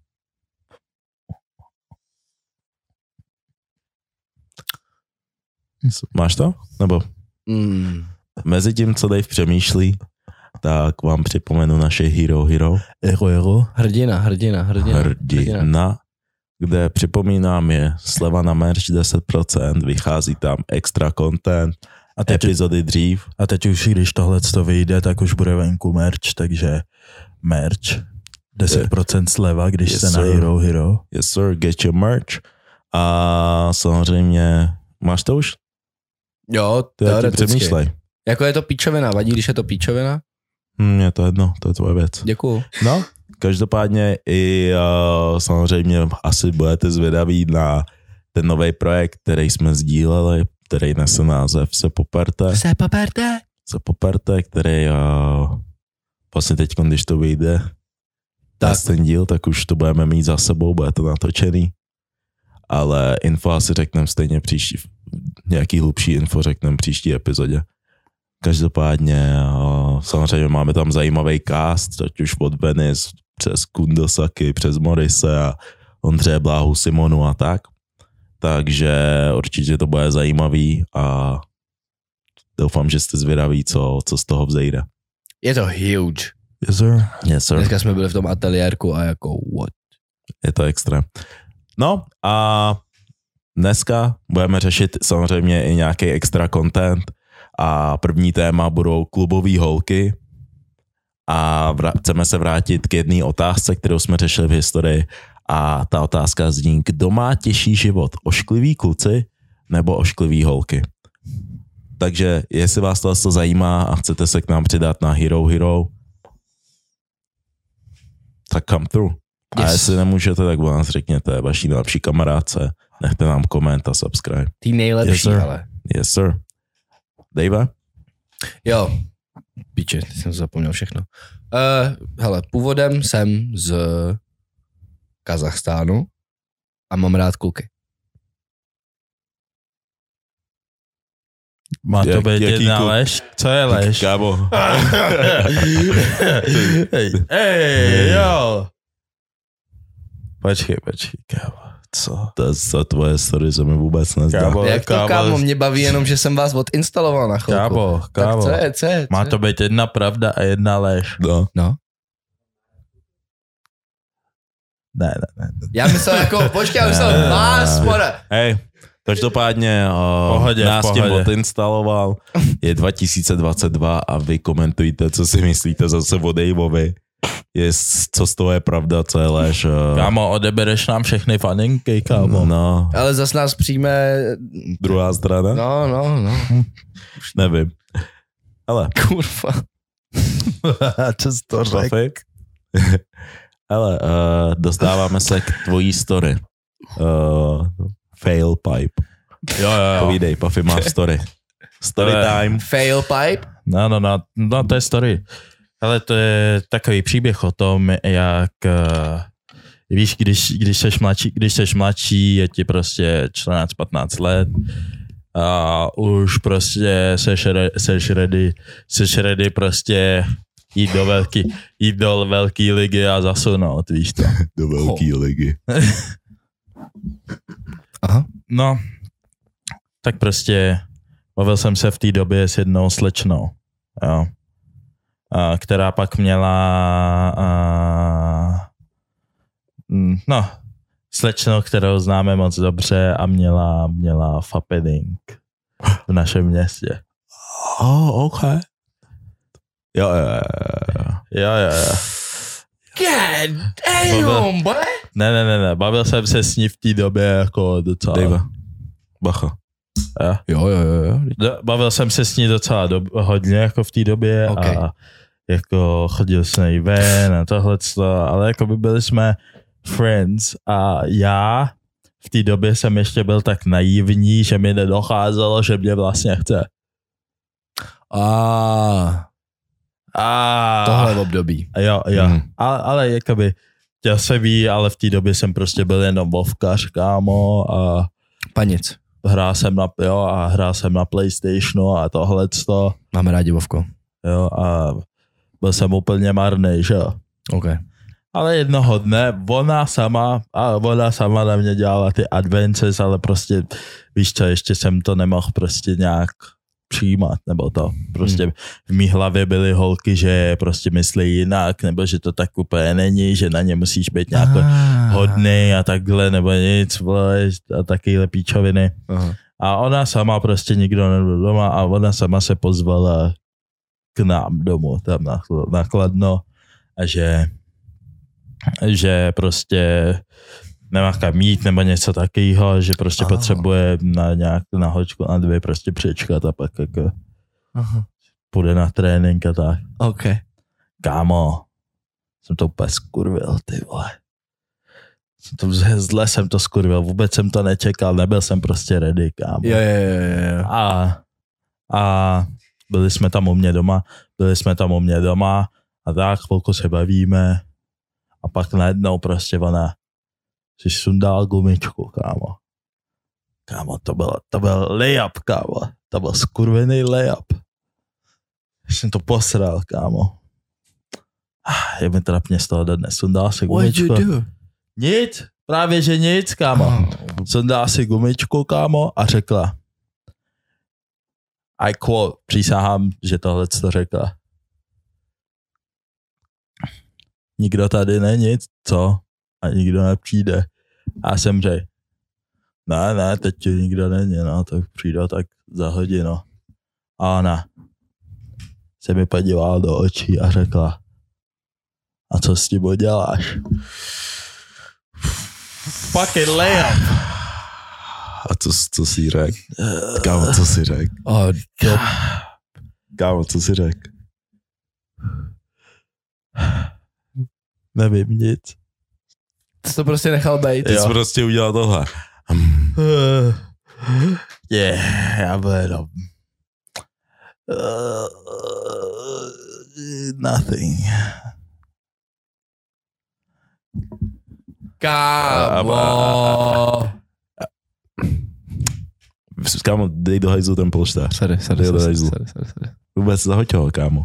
Máš to? Nebo? Mm. Mezi tím, co Dave přemýšlí, tak vám připomenu naše Hero Hero. Hero Hero. Hrdina, hrdina, hrdina. Hrdina. hrdina. Kde připomínám je sleva na merch deset procent, vychází tam extra content, a teď, epizody dřív. A teď už, když tohle to vyjde, tak už bude venku merch, takže merch, deset procent sleva, když yes, se sir. Na Hero Hero. Yes sir, get your merch. A samozřejmě, máš to už? Jo, teoreticky. Jako je to píčovina, vadí, když je to píčovina? Hmm, je to jedno, to je tvoje věc. Děkuju. No, každopádně i uh, samozřejmě asi budete zvědaví na ten nový projekt, který jsme sdíleli, který nese název Se poperte. Se poperte. Se poperte, který uh, vlastně teď, když to vyjde, tak ten díl, tak už to budeme mít za sebou, bude to natočený. Ale info asi řekneme stejně příští, nějaký hlubší info řekneme příští epizodě. Každopádně uh, samozřejmě máme tam zajímavý cast, ať už od Venice přes Kundosaky, přes Morise a Ondřeje Bláhu, Simonu a tak. Takže určitě to bude zajímavý a doufám, že jste zvědaví, co, co z toho vzejde. Je to huge. Yes, sir. Yes, sir. Dneska jsme byli v tom ateliérku a jako what? Je to extra. No a dneska budeme řešit samozřejmě i nějaký extra content a první téma budou klubové holky a vrá- chceme se vrátit k jedné otázce, kterou jsme řešili v historii a ta otázka zní, kdo má těžší život, ošklivý kluci nebo ošklivý holky? Takže jestli vás to zajímá a chcete se k nám přidat na Hero Hero, tak come through. A yes. Jestli nemůžete, tak vás řekněte vaší nejlepší kamarádce, nechte nám koment a subscribe. Ty nejlepší, yes, ale. Yes, sir. Dave? Jo, píče, ty jsem zapomněl všechno. Uh, hele, původem jsem z Kazachstánu a mám rád kluky. Má to být jedna lež? Co je lež? Kámo. Hej, hej, jo. Počkej, počkej, kámo. Co? To, to tvoje story se mi vůbec nezdá. Kámo, jak to, kámo, kámo, mě baví jenom, že jsem vás odinstaloval na chvilku. Kámo, kámo. Tak co je, co je? Co má je? to být jedna pravda a jedna lež. No. No. Ne, ne, ne. Já myslel jako, počkej, já myslel, vás, more. Hej, každopádně uh, pohodě, nás tím pohodě. odinstaloval. Je dva tisíce dvacet dva a vy komentujte, co si myslíte zase o Daveovi. Je, co z toho je pravda, co je lež. Uh... Kámo, odebereš nám všechny faninky, kámo. No. Ale zas nás přijme... Druhá strana? No, no, no. Nevím. Ale. Kurva. Co jsi to řekl? Ale uh, dostáváme se k tvojí story. Uh, fail pipe. Jo, jo, jo. Povídej, Puffy má story. Story time. Fail pipe? No, no, no, no, to je story. Ale to je takový příběh o tom, jak uh, víš, když, když seš mladší, když seš mladší, je ti prostě čtrnáct patnáct let a už prostě seš, re, seš ready, seš ready prostě jít do velký, jít do velký ligy a zasunout, víš to. Do velký oh. ligy. Aha. No, tak prostě bavil jsem se v té době s jednou slečnou, jo. A, která pak měla a, no, slečnou, kterou známe moc dobře a měla, měla fappening v našem městě. Oh, ok. Jo, jo, jo. Jo, jo, jo. God damn, boy. Ne, ne, ne, ne, bavil jsem se s ní v té době jako docela. Dave, bacha. Jo, jo, jo, jo. Bavil jsem se s ní docela do, hodně jako v té době okay. A jako chodil jsme jí ven a tohleto, ale jako by byli jsme friends a já v té době jsem ještě byl tak naivní, že mi nedocházelo, že mě vlastně chce. A a tohle v období. Jo, jo, hmm. ale, ale jakoby chtěl jsem jí, ale v té době jsem prostě byl jenom vovkař, kámo, a panic. Hrál jsem na, jo, a hrál jsem na PlayStationu a tohleto. Máme rádi Vovko. Jo, a byl jsem úplně marnej, že jo. Okay. Ale jednoho dne ona sama, a ona sama na mě dělala ty advances, ale prostě, víš co, ještě jsem to nemohl prostě nějak přijímat, nebo to. Prostě hmm. v mý hlavě byly holky, že prostě myslí jinak, nebo že to tak úplně není, že na ně musíš být nějak ah. hodný a takhle, nebo nic, vole, a takovýhle píčoviny. Aha. A ona sama prostě nikdo nebyl doma a ona sama se pozvala k nám domů, tam na, na Kladno a že že prostě nemá kam jít nebo něco takového, že prostě Aha. potřebuje na nějak na hoďku, na dvě prostě přečkat a pak jako Aha. půjde na trénink a tak. Ok. Kámo, jsem to úplně skurvil, ty vole. Jsem to, zle jsem to skurvil, vůbec jsem to nečekal, nebyl jsem prostě ready, kámo. Jo, jo, jo, jo. A, a byli jsme tam u mě doma, byli jsme tam u mě doma a tak chvilku se bavíme a pak najednou prostě ona si sundala gumičku, kámo. Kámo, to byl, to byl layup, kámo. To byl skurvený layup. Jsem to posral, kámo. Je mi trapně z toho dodnes. Sundala si gumičku. What you do? Nic, právě že nic, kámo. Oh. Sundala si gumičku, kámo, a řekla I quote, přísahám, že tohle to řekla. Nikdo tady není, co? A nikdo nepřijde. A já jsem řekl, ne, ne, teď tu nikdo není, no, tak přijde tak za hodinu. A ona se mi podívala do očí a řekla, co s tím uděláš? Fucking layup. A co, co jsi řekl? Kámo, co jsi řekl? Oh, do... Kámo, co jsi řekl? Nevím nic. Jsi to prostě nechal bejt. Ty jsi prostě udělal tohle. Yeah, já byl jenom... Uh, nothing. Kámo. Kámo, dej do hajzlu ten polštář. Sorry, sorry, Dej do sorry, hajzlu. sorry, sorry, sorry. Vůbec zahoď ho, kámo.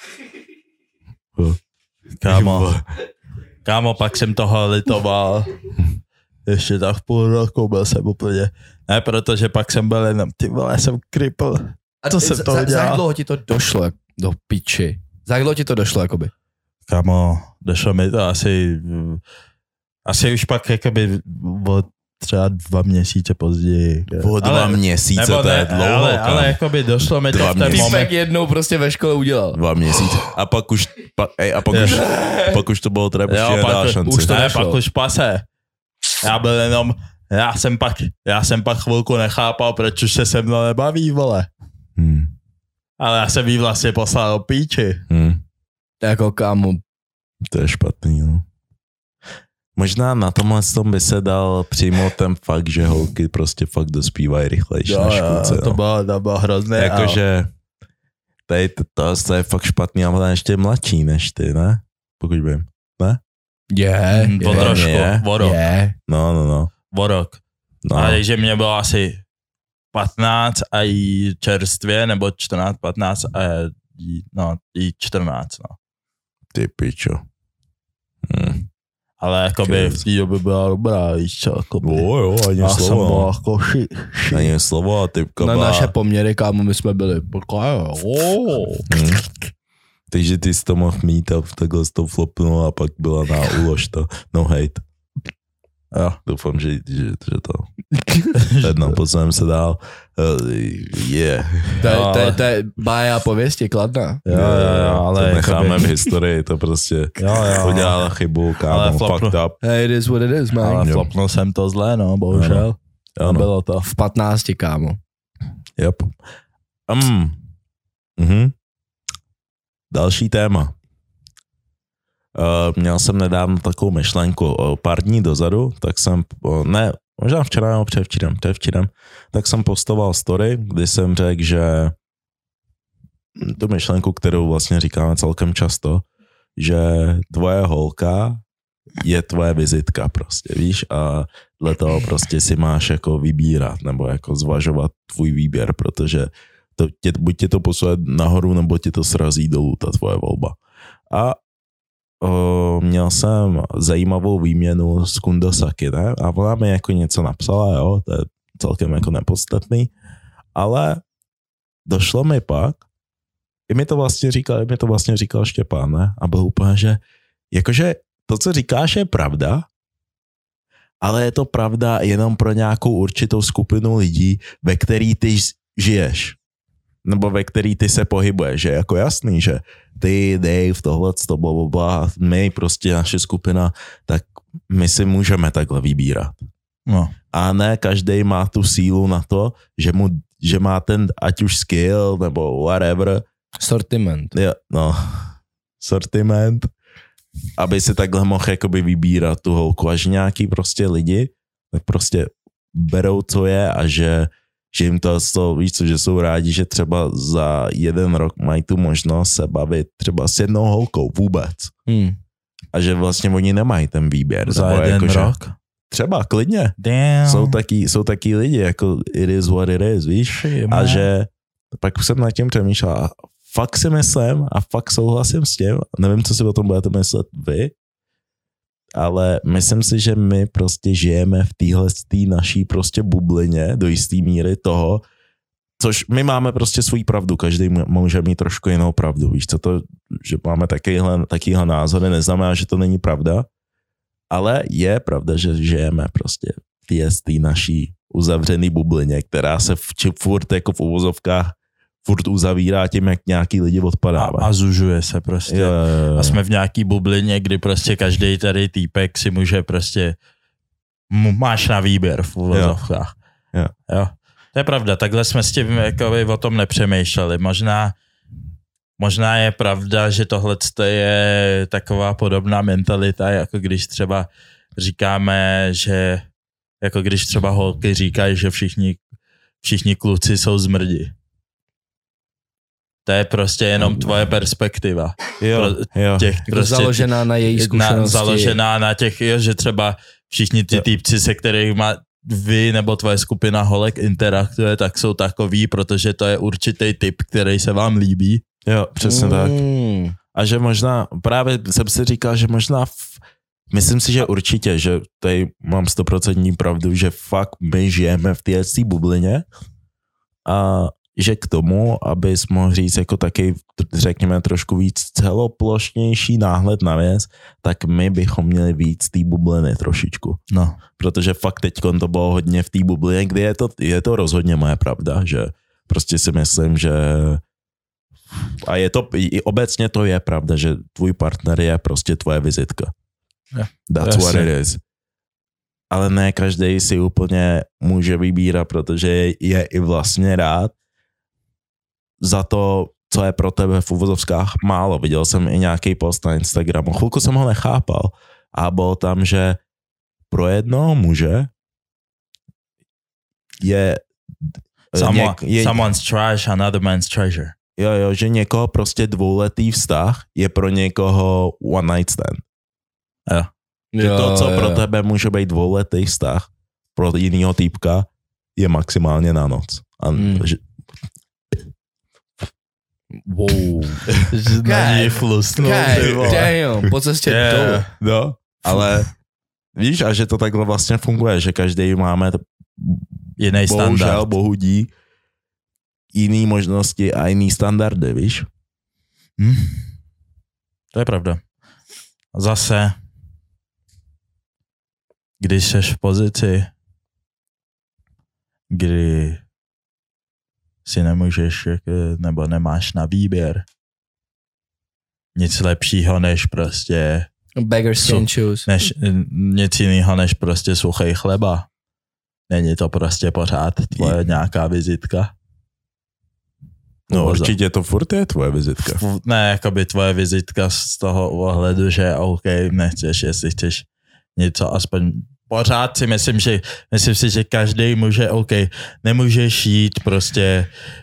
Kámo, kámo, pak jsem toho litoval. Ještě tak půl roku byl jsem úplně... Ne, protože pak jsem byl jenom, ty vole, jsem kripl. A co jsem toho za, dělal? za jak dlouho ti to došlo jak, do piči? Za jak dlouho ti to došlo, jakoby? Kámo, došlo mi to asi... Asi už pak jakoby od třeba dva měsíce později. Po dva ale, měsíce, nebo to ne, je dlouho. Ale, ale jakoby došlo mi to v ten moment. Týpek jednou prostě ve škole udělal. Dva měsíce. A pak už, pa, ej, a pak už, pak už to bylo třeba ještě nedá šanci. Už to ne, pak už pase. Já byl jenom, já jsem pak, já jsem pak chvilku nechápal, proč už se se mnou nebaví, vole. Hmm. Ale já jsem jí vlastně poslal do píči. Hmm. Jako kámo. To je špatný, no. Možná na tomhle tom by se dal přijmout ten fakt, že holky prostě fakt dospívají rychlejší na škůlce. Jo, to no. bylo, to bylo hrozné. Jakože tady to, to, to je fakt špatný, ale ještě mladší než ty, ne? Pokud vím. Ne? Je, Mm, je, trošku, je, o rok. je. No, no, no. O rok. no. Ale že mě bylo asi patnáct a jí čerstvě, nebo čtrnáct, patnáct a jí, no, jí čtrnáct, no. Ty pičo. Hmm. Ale jakoby v té době byla dobrá, víš co, jakoby. Jo, jo, ani Já jsem byl slovo. jako ši, ši. Ani slovo a typka Na byla... naše poměry, kámo, my jsme byli. Pokojo. Hmm. Takže ty jsi to mohl mít a takhle jsi to flopnul a pak byla na ulož to. No hate. Jo. Doufám, že, že, že to... Jednou posuneme se dál. Uh, yeah. To je, No, to je, ale- to je bája pověstě, kladná. Jo, jo, jo, ale to necháme jakoby- v historii, to prostě Jo, jo. udělala chybu, Ale kámo, flopnu. fucked up. Hey, it is what it is, man. Ale Jo. flopnul jsem to zlé, no, bohužel. Ano. Bylo to. V patnácti, kámo. Yep. Um. Mhm. Další téma. Uh, měl jsem nedávno takovou myšlenku. Uh, pár dní dozadu, tak jsem, uh, ne, možná včera nebo předevčírem, předevčírem, tak jsem postoval story, kdy jsem řekl, že tu myšlenku, kterou vlastně říkáme celkem často, že tvoje holka je tvoje vizitka prostě, víš, a dle toho prostě si máš jako vybírat nebo jako zvažovat tvůj výběr, protože to tě, buď tě to posune nahoru, nebo tě to srazí dolů, ta tvoje volba. A o, měl jsem zajímavou výměnu s Kundosaki, ne? A ona mi jako něco napsala, jo, to je celkem jako nepodstatný, ale došlo mi pak, i mi to vlastně říkal, i mi to vlastně říkal Štěpán, ne? A byl úplně, že jakože to, co říkáš, je pravda, ale je to pravda jenom pro nějakou určitou skupinu lidí, ve který ty žiješ. Nebo ve který ty se pohybuješ. Že jako jasný, že ty, Dave, tohle, to, blablabla, my prostě naše skupina, tak my si můžeme takhle vybírat. No. A ne každý má tu sílu na to, že, mu, že má ten ať už skill nebo whatever. Sortiment. Jo, no, sortiment, aby si takhle mohl jakoby vybírat tu holku. A že nějaký prostě lidi tak prostě berou, co je a že, že jim to, to víš co, že jsou rádi, že třeba za jeden rok mají tu možnost se bavit třeba s jednou holkou vůbec. Hmm. A že vlastně oni nemají ten výběr. Za nebo jeden jako, že rok? Třeba, klidně. Damn. Jsou taky, jsou taky lidi, jako it is what it is, víš? A že pak jsem nad tím přemýšlel a fakt si myslím a fakt souhlasím s tím, nevím, co si o tom budete myslet vy, ale myslím si, že my prostě žijeme v téhle naší prostě bublině do jisté míry toho, což my máme prostě svou pravdu, každý může mít trošku jinou pravdu, víš co to, že máme takýhle, takýhle názory, neznamená, že to není pravda, ale je pravda, že žijeme prostě v té naší uzavřený bublině, která se v, či, furt jako v uvozovkách furt uzavírá tím, jak nějaký lidi odpadává. A, a zužuje se prostě. Jo, jo, jo. A jsme v nějaký bublině, kdy prostě každý tady týpek si může prostě máš na výběr v uvozovkách. Jo. Jo. To je pravda, takhle jsme s tím jakoby o tom nepřemýšleli. Možná, možná je pravda, že tohle je taková podobná mentalita, jako když třeba říkáme, že jako když třeba holky říkají, že všichni, všichni kluci jsou zmrdi. To je prostě jenom tvoje perspektiva. Jo, jo. Těch prostě založená na její zkušenosti. Na, založená na těch, jo, že třeba všichni ty jo. týpci, se kterými vy nebo tvoje skupina holek interaguje, tak jsou takový, protože to je určitý typ, který se vám líbí. Jo, přesně mm. tak. A že možná, právě jsem si říkal, že možná, v, myslím si, že určitě, že tady mám stoprocentní pravdu, že fakt my žijeme v té bublině a že k tomu, abys mohl říct jako taky, řekněme, trošku víc celoplošnější náhled na věc, tak my bychom měli víc té bubliny trošičku. No. Protože fakt teďkon to bylo hodně v té bublině, kdy je to, je to rozhodně moje pravda, že prostě si myslím, že a je to, i obecně to je pravda, že tvůj partner je prostě tvoje vizitka. Yeah. That's what it is. Ale ne každý si úplně může vybírat, protože je, je i vlastně rád za to, co je pro tebe v uvozovkách málo. Viděl jsem i nějaký post na Instagramu. Chvilku jsem ho nechápal. A bylo tam, že pro jednoho muže je... Someone, něk, je someone's trash, another man's treasure. Jo, jo, že někoho prostě dvouletý vztah je pro někoho one night stand. Jo. Že jo, to, co jo. pro tebe může být dvouletý vztah, pro jinýho týpka je maximálně na noc. A Mm. že, Wow. Na něj flusnul. God damn, po cestě Yeah. dolů. no, ale víš, a že to takhle vlastně funguje, že každý máme Jiný bohužel, standard. bohudí jiný možnosti a jiný standardy, víš? Hm? To je pravda. Zase, když seš v pozici, kdy si nemůžeš, nebo nemáš na výběr nic lepšího, než prostě Beggars Su- can't choose. než, nic jiného, než prostě suchej chleba. Není to prostě pořád tvoje nějaká vizitka? No Uvoza. určitě to furt je tvoje vizitka. F- Ne, jakoby tvoje vizitka z toho ohledu, že OK, nechceš, jestli chceš něco aspoň pořád si myslím, že myslím si, že každý může, OK, nemůžeš jít prostě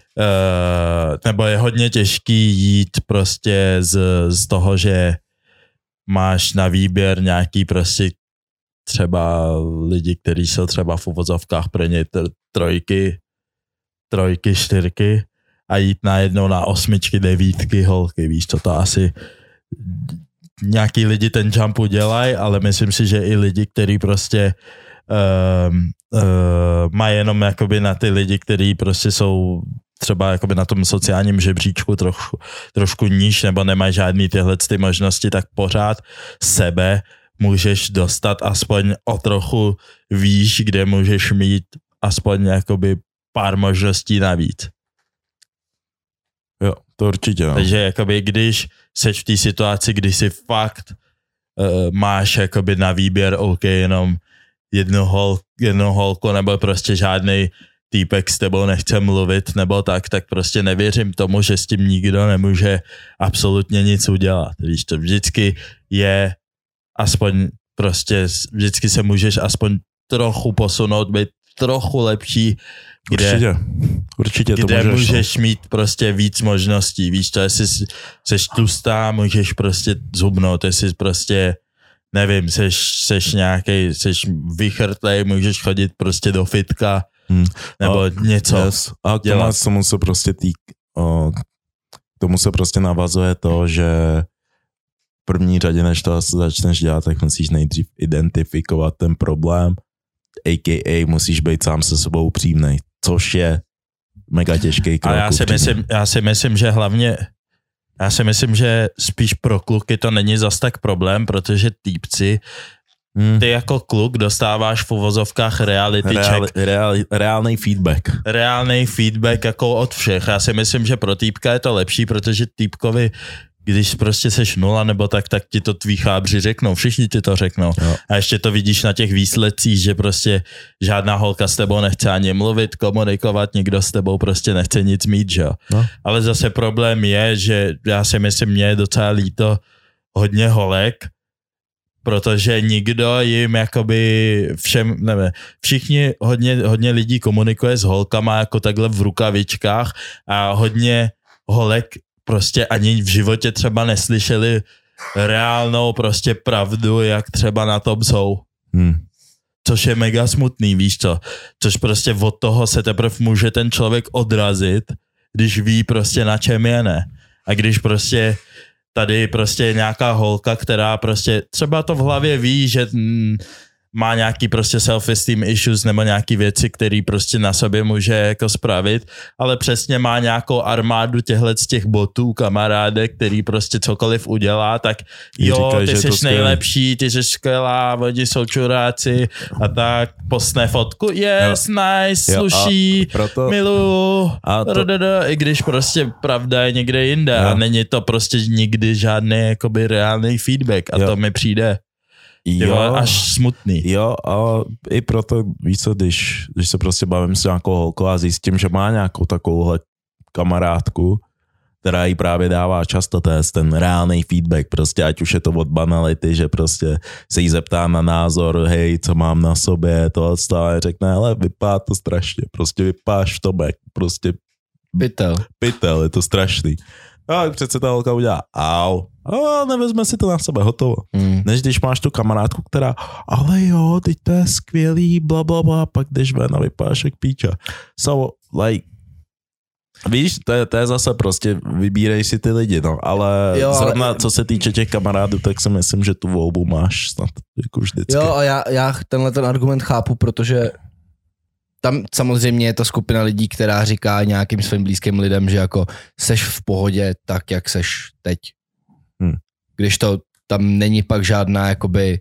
uh, nebo je hodně těžký jít prostě z, z toho, že máš na výběr nějaký prostě třeba lidi, kteří jsou třeba v uvozovkách pro ně tr- trojky, trojky, čtyřky a jít najednou na osmičky, devítky, holky, víš, co to asi nějaký lidi ten jump udělají, ale myslím si, že i lidi, kteří prostě um, uh, mají jenom jakoby na ty lidi, kteří prostě jsou třeba jakoby na tom sociálním žebříčku trošku, trošku níž nebo nemají žádný tyhle ty možnosti, tak pořád sebe můžeš dostat aspoň o trochu výš, kde můžeš mít aspoň jakoby pár možností navíc. Jo, to určitě. No. Takže jakoby když seš v té situaci, kdy si fakt uh, máš jakoby na výběr OK, jenom jednu, hol, jednu holku nebo prostě žádnej týpek s tebou nechce mluvit nebo tak, tak prostě nevěřím tomu, že s tím nikdo nemůže absolutně nic udělat. Víš, to vždycky je aspoň prostě, vždycky se můžeš aspoň trochu posunout, být trochu lepší, kde, určitě, určitě to kde můžeš. můžeš mít prostě víc možností. Víš, to jestli seš tlustá, můžeš prostě zhubnout, jestli prostě nevím, seš, seš nějaký, seš vychrtlej, můžeš chodit prostě do fitka, hmm. nebo a, něco yes. A k tomu, tomu se prostě týk, o, k tomu se prostě navazuje to, že v první řadě, než to začneš dělat, tak musíš nejdřív identifikovat ten problém, a k a musíš být sám se sebou upřímnej, což je mega těžký krok. A já si, myslím, já si myslím, že hlavně já si myslím, že spíš pro kluky to není zas tak problém, protože týpci hmm. ty jako kluk dostáváš v uvozovkách reality Real, check. real, reálnej feedback. Reálnej feedback jako od všech. Já si myslím, že pro týpka je to lepší, protože týpkovi, když prostě seš nula nebo tak, tak ti to tví chábři řeknou, všichni ti to řeknou. Jo. A ještě to vidíš na těch výsledcích, že prostě žádná holka s tebou nechce ani mluvit, komunikovat, nikdo s tebou prostě nechce nic mít, že jo. No. Ale zase problém je, že já si myslím, mě je docela líto hodně holek, protože nikdo jim jakoby všem, nevím, všichni hodně, hodně lidí komunikuje s holkama jako takhle v rukavičkách a hodně holek prostě ani v životě třeba neslyšeli reálnou prostě pravdu, jak třeba na tom jsou. Hmm. Což je mega smutný, víš co? Což prostě od toho se teprve může ten člověk odrazit, když ví prostě na čem je, ne? A když prostě tady prostě je nějaká holka, která prostě třeba to v hlavě ví, že mm, má nějaký prostě self-esteem issues nebo nějaký věci, který prostě na sobě může jako spravit, ale přesně má nějakou armádu těchhle z těch botů, kamarádek, který prostě cokoliv udělá, tak jo, říkaj, ty jsi nejlepší, ty jsi skvělá, oni jsou čuráci a tak posne fotku, yes, jo. nice, jo, sluší, proto... miluju, a to... i když prostě pravda je někde jinde jo. a není to prostě nikdy žádný jakoby reálný feedback a jo. to mi přijde. Jo, až smutný. Jo, a i proto, víš co, když, když se prostě bavím s nějakou holkou a zjistím, že má nějakou takovouhle kamarádku, která jí právě dává často test, ten reálný feedback, prostě ať už je to od banality, že prostě se jí zeptá na názor, hej, co mám na sobě, to a řekne, hele, vypadá to strašně, prostě vypadáš v tobě, prostě pytel. Pytel, je to strašný. No, přece ta holka udělá, au, a nevezme si to na sebe, hotovo. Mm. Než když máš tu kamarádku, která, ale jo, teď to je skvělý, bla, bla, bla, pak jdeš ven a vypadáš jak píča. So, like, víš, to je, to je zase prostě, vybírej si ty lidi, no, ale jo, zrovna ale... co se týče těch kamarádů, tak si myslím, že tu volbu máš snad jako vždycky. Jo, a já, já tenhle ten argument chápu, protože tam samozřejmě je ta skupina lidí, která říká nějakým svým blízkým lidem, že jako seš v pohodě tak, jak seš teď. Hmm. Když to tam není pak žádná, jakoby,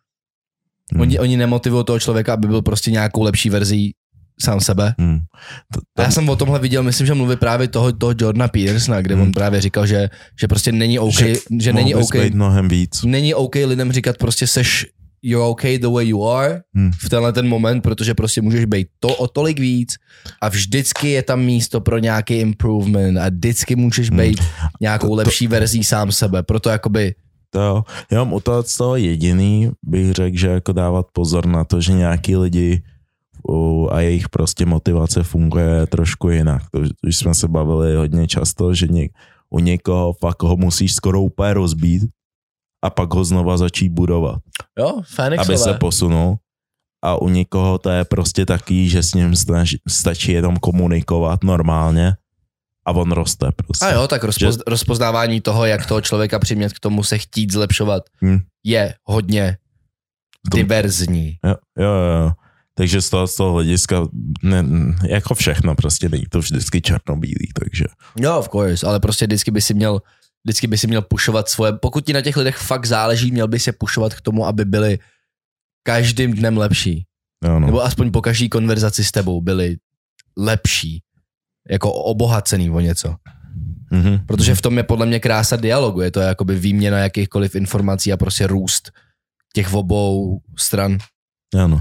hmm. oni, oni nemotivují toho člověka, aby byl prostě nějakou lepší verzí sám sebe. Hmm. To, to... A já jsem o tomhle viděl, myslím, že mluví právě toho, toho Jordana Petersona, kde hmm. on právě říkal, že, že prostě není OK, že, že není OK, mnohem víc. Není OK lidem říkat prostě seš you're okay the way you are hmm. v tenhle ten moment, protože prostě můžeš být to o tolik víc a vždycky je tam místo pro nějaký improvement a vždycky můžeš být hmm. nějakou to, lepší to, verzí sám sebe, proto jakoby to jo, já mám u toho, z toho jediný bych řekl, že jako dávat pozor na to, že nějaký lidi uh, a jejich prostě motivace funguje trošku jinak. To, už jsme se bavili hodně často, že něk, u někoho fakt ho musíš skoro úplně rozbít a pak ho znova začít budovat. Jo, aby se posunul. A u někoho to je prostě taký, že s ním snaží, stačí jenom komunikovat normálně a on roste prostě. A jo, tak rozpoz, že... rozpoznávání toho, jak toho člověka přimět k tomu se chtít zlepšovat, hmm. je hodně to... diverzní. Jo, jo, jo. Takže z toho, z toho hlediska, ne, jako všechno, prostě není to vždycky černobílý, takže. Jo, of course, ale prostě vždycky by si měl Vždycky by si měl pušovat svoje, pokud ti na těch lidech fakt záleží, měl by se pušovat k tomu, aby byli každým dnem lepší. Jo, no. Nebo aspoň po každý konverzaci s tebou byli lepší. Jako obohacený o něco. Mm-hmm. Protože v tom je podle mě krása dialogu. Je to jakoby výměna jakýchkoliv informací a prostě růst těch obou stran. Ano.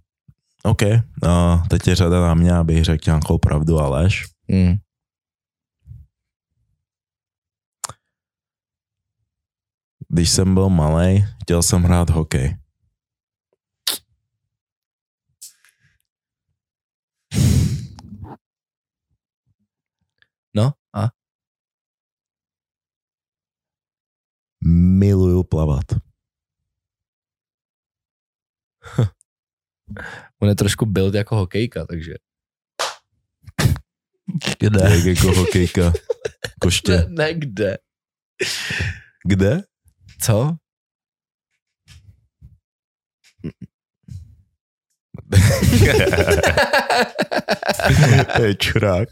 OK. No, teď je řada na mě, abych řekl nějakou pravdu a lež. Mm. Když jsem byl malej, chtěl jsem hrát hokej. No a? Miluju plavat. On je trošku build jako hokejka, takže. Kde? Jak jako hokejka. Koště. Ne, ne, kde? Kde? Co? Čurák.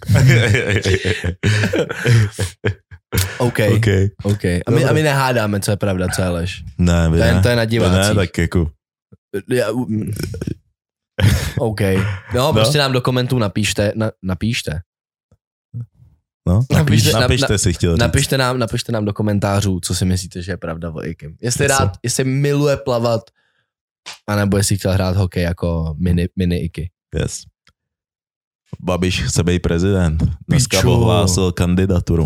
OK, okay. okay. A, my, a my nehádáme, co je pravda, co je lež. Ne, to, je, to je na divácích. Ne, tak jako Já, OK. No, prostě no. nám do komentů napíšte, na, napíšte. No, Napište, napište na, si chtěl říct. Napište nám, napište nám do komentářů, co si myslíte, že je pravda o Ikim. Jestli Yes. rád, jestli miluje plavat, anebo jestli chtěl hrát hokej jako mini, mini Iky. Yes. Babiš chce být prezident. Dneska Piču. ohlásil kandidaturu.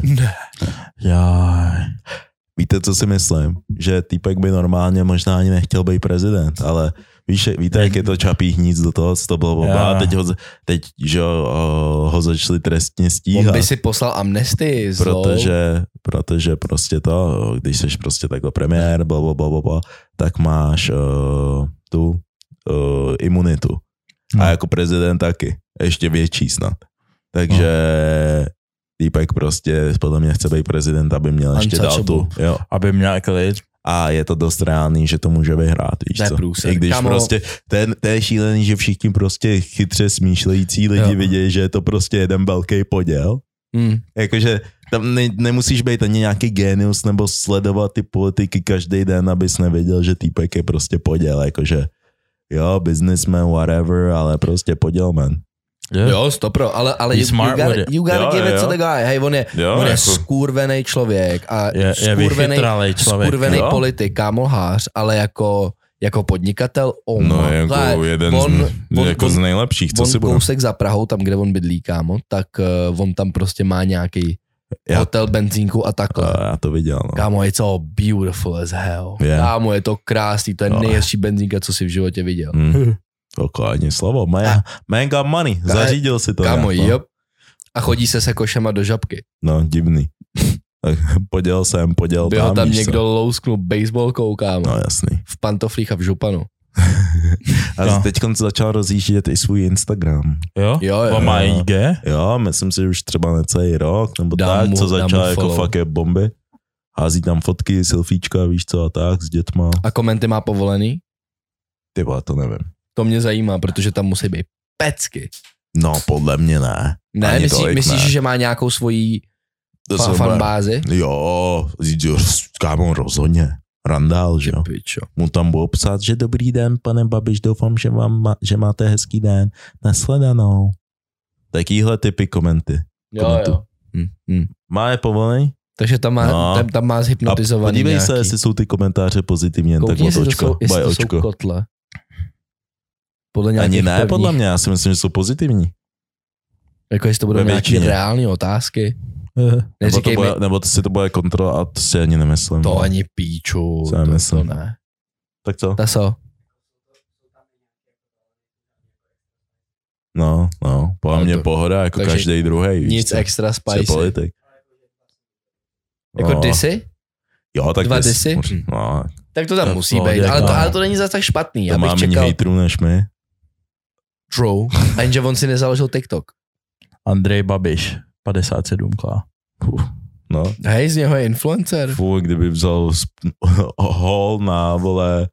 Jaj. Víte, co si myslím? Že týpek by normálně možná ani nechtěl být prezident, ale víš, víte, jak je to Čapí hnízdo do toho, co to bylo blbá, a teď ho, teď, že ho, ho začali trestně stíhat. On by si poslal amnestii, zlou. Protože, protože prostě to, když jsi prostě takhle premiér, bla, bla, bla, bla, bla, tak máš uh, tu uh, imunitu. No. A jako prezident taky. Ještě větší snad. Takže no. týpek prostě podle mě chce být prezident, aby měl ještě dál tu. Jo. Aby měl klid. A je to dost reálný, že to může vyhrát, víš To je co? průser. I když Kámo. prostě, ten, to je šílený, že všichni prostě chytře smýšlející lidi Jo. vidějí, že je to prostě jeden velký poděl. Hmm. Jakože tam ne, nemusíš být ani nějaký genius nebo sledovat ty politiky každý den, abys nevěděl, že týpek je prostě poděl, jakože jo, businessman, whatever, ale prostě poděl, man. Yeah. Jo, stopro, ale, ale you, smart you, with gotta, it. you gotta Jo, give jo, it to jo. the guy. Hej, on je, Jo, on je jako- skurvený člověk a Je, je skurvený, vychytralej člověk. skurvený jo. politik, kámo lhář, ale jako, jako podnikatel, oh No, my jako God. jeden on, z, on, jako on, z nejlepších, co on si bude. kousek za Prahou, tam, kde on bydlí, kámo, tak uh, on tam prostě má nějaký Já- hotel, benzínku a takhle. A já to viděl, no. Kámo, it's all beautiful as hell. Je. Kámo, je to krásný, to je No. nejhezčí benzínka, co si v životě viděl. Hmm. Okladní slovo, man, man got money, zařídil si to. Kámo, nějak, no. jop. A chodí se se košema do žabky. No, divný. Tak poděl jsem, poděl By ho tam, tam víš někdo lousknul baseballkou, kámo. co? No, jasný. V pantoflích a v županu. A No. teď začal rozjíždět i svůj Instagram. Jo? Jo, jo, On má jo. I G? Jo, myslím si, že už třeba necelý rok, nebo Dám tak, mu- co dám začal mu jako follow. fakt je bomby. Hází tam fotky, selfiečka, víš co, a tak, s dětma. A komenty má povolený? Ty vole, to nevím. To mě zajímá, protože tam musí být pecky. No, podle mě ne. Ne, Ani myslí, tolik myslíš, ne. že má nějakou svoji To fa- se bude- fanbázi? Jo, jo, kámo, rozhodně. Randál, že jo. Pičo. Mu tam budou psát, že dobrý den, pane Babiš, doufám, že, vám má, že máte hezký den. Nasledanou. Takýhle typy komenty. Jo, Komentu. jo. Hm, hm. Má je povolený? Takže tam má, No. tam, tam má A zhypnotizovaný podívej nějaký. se, jestli jsou ty komentáře pozitivně, tak Koukni, od jestli to očko. jsou, jestli Baj to jsou očko. kotle. Podle Ani nějakých ne, prvních, podle mě, já si myslím, že jsou pozitivní. Jako jestli to budou Ve nějaké většině. reální otázky. Nebo to, Neříkej bude, mi, nebo to si to bude kontrola a to si ani nemyslím. to ani píču. Co já To, to myslím. ne. Tak co? Ta co? No, no, podle No mě to- pohoda, jako takže každý druhý. Nic extra Jsi spicy. politik. Jako No. disy? Jo, tak Dva bys- disy? No, Tak to tam To musí v být, pohodě, ale to, kámo. ale to není zase tak špatný. to Já bych má méně čekal hejtrů než my. True. A jenže on si nezaložil TikTok. Andrej Babiš, padesát sedm klá. No, Hej, z něho je influencer. fuj, kdyby vzal sp- hol na, vole,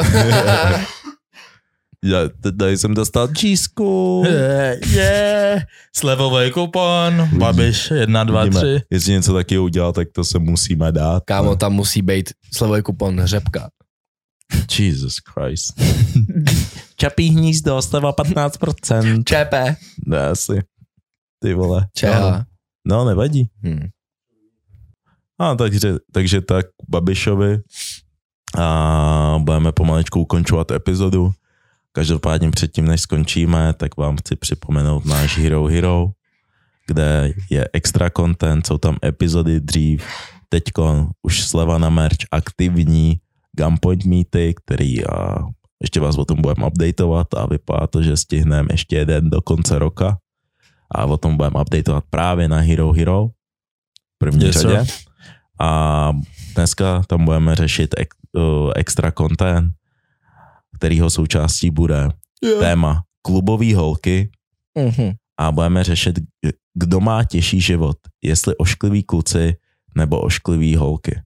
já, tady jsem dostal čísku. Je, je. Slevový kupon, Babiš, jedna, dva, Vidíme. tři. Jestli něco taky udělal, tak to se musíme dát. Kámo, tam musí být slevový kupon řepka. Jesus Christ. Čapí hnízdo, sleva patnáct procent. ČP. Ne, asi. Ty vole. ČH. No, nevadí. Hmm. A takže, takže tak Babišovi a budeme pomaličku ukončovat epizodu. Každopádně předtím, než skončíme, tak vám chci připomenout náš Hero Hero, kde je extra content, jsou tam epizody dřív, teďko už sleva na merch aktivní, Gunpoint meety, který a ještě vás o tom budeme updateovat a vypadá to, že stihneme ještě jeden do konce roka a o tom budeme updateovat právě na Hero Hero v první Yes, řadě. sir. A dneska tam budeme řešit ek, uh, extra content, kterýho součástí bude Jo. téma klubový holky Mhm. a budeme řešit, kdo má těžší život, jestli ošklivý kluci nebo ošklivý holky.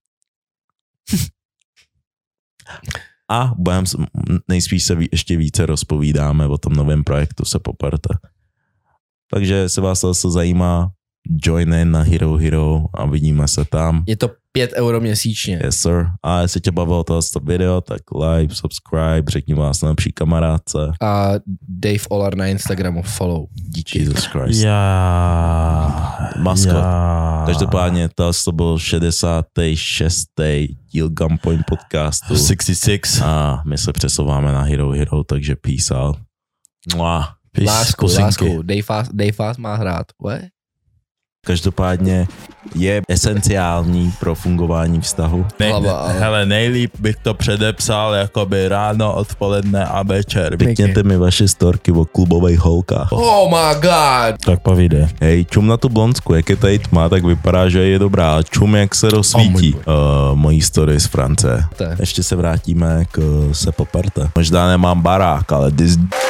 A budeme, nejspíš se ví- ještě více rozpovídáme o tom novém projektu Se poparte. Takže se vás to zajímá, join in na Hero Hero a vidíme se tam. Je to pět euro měsíčně. Yes, sir. A jestli tě bavilo tohle video, tak like, subscribe, řekni vás nejlepší kamarádce. A Dave Olar na Instagramu follow. Díky. Jesus Christ. Já... Maskot. Já... Každopádně to byl šedesátý šestý díl Gunpoint podcastu. šedesát šest. A my se přesouváme na Hero Hero, takže peace out. Mua. Peace, Lásku, pusinky. lásku. Dave vás, Dave vás má hrát. What? Každopádně je esenciální pro fungování vztahu. Ne, Hlava, ale- hele, nejlíp bych to předepsal jakoby ráno, odpoledne a večer. Pěkněte mi vaše storky o klubových holkách. Oh my god. Tak povídej. Hej, čum na tu blondsku, jak je tady tma, tak vypadá, že je dobrá. Čum, jak se rozsvítí. Oh, uh, mojí story z France. To je. Ještě se vrátíme k se poperte. Možná nemám barák, ale this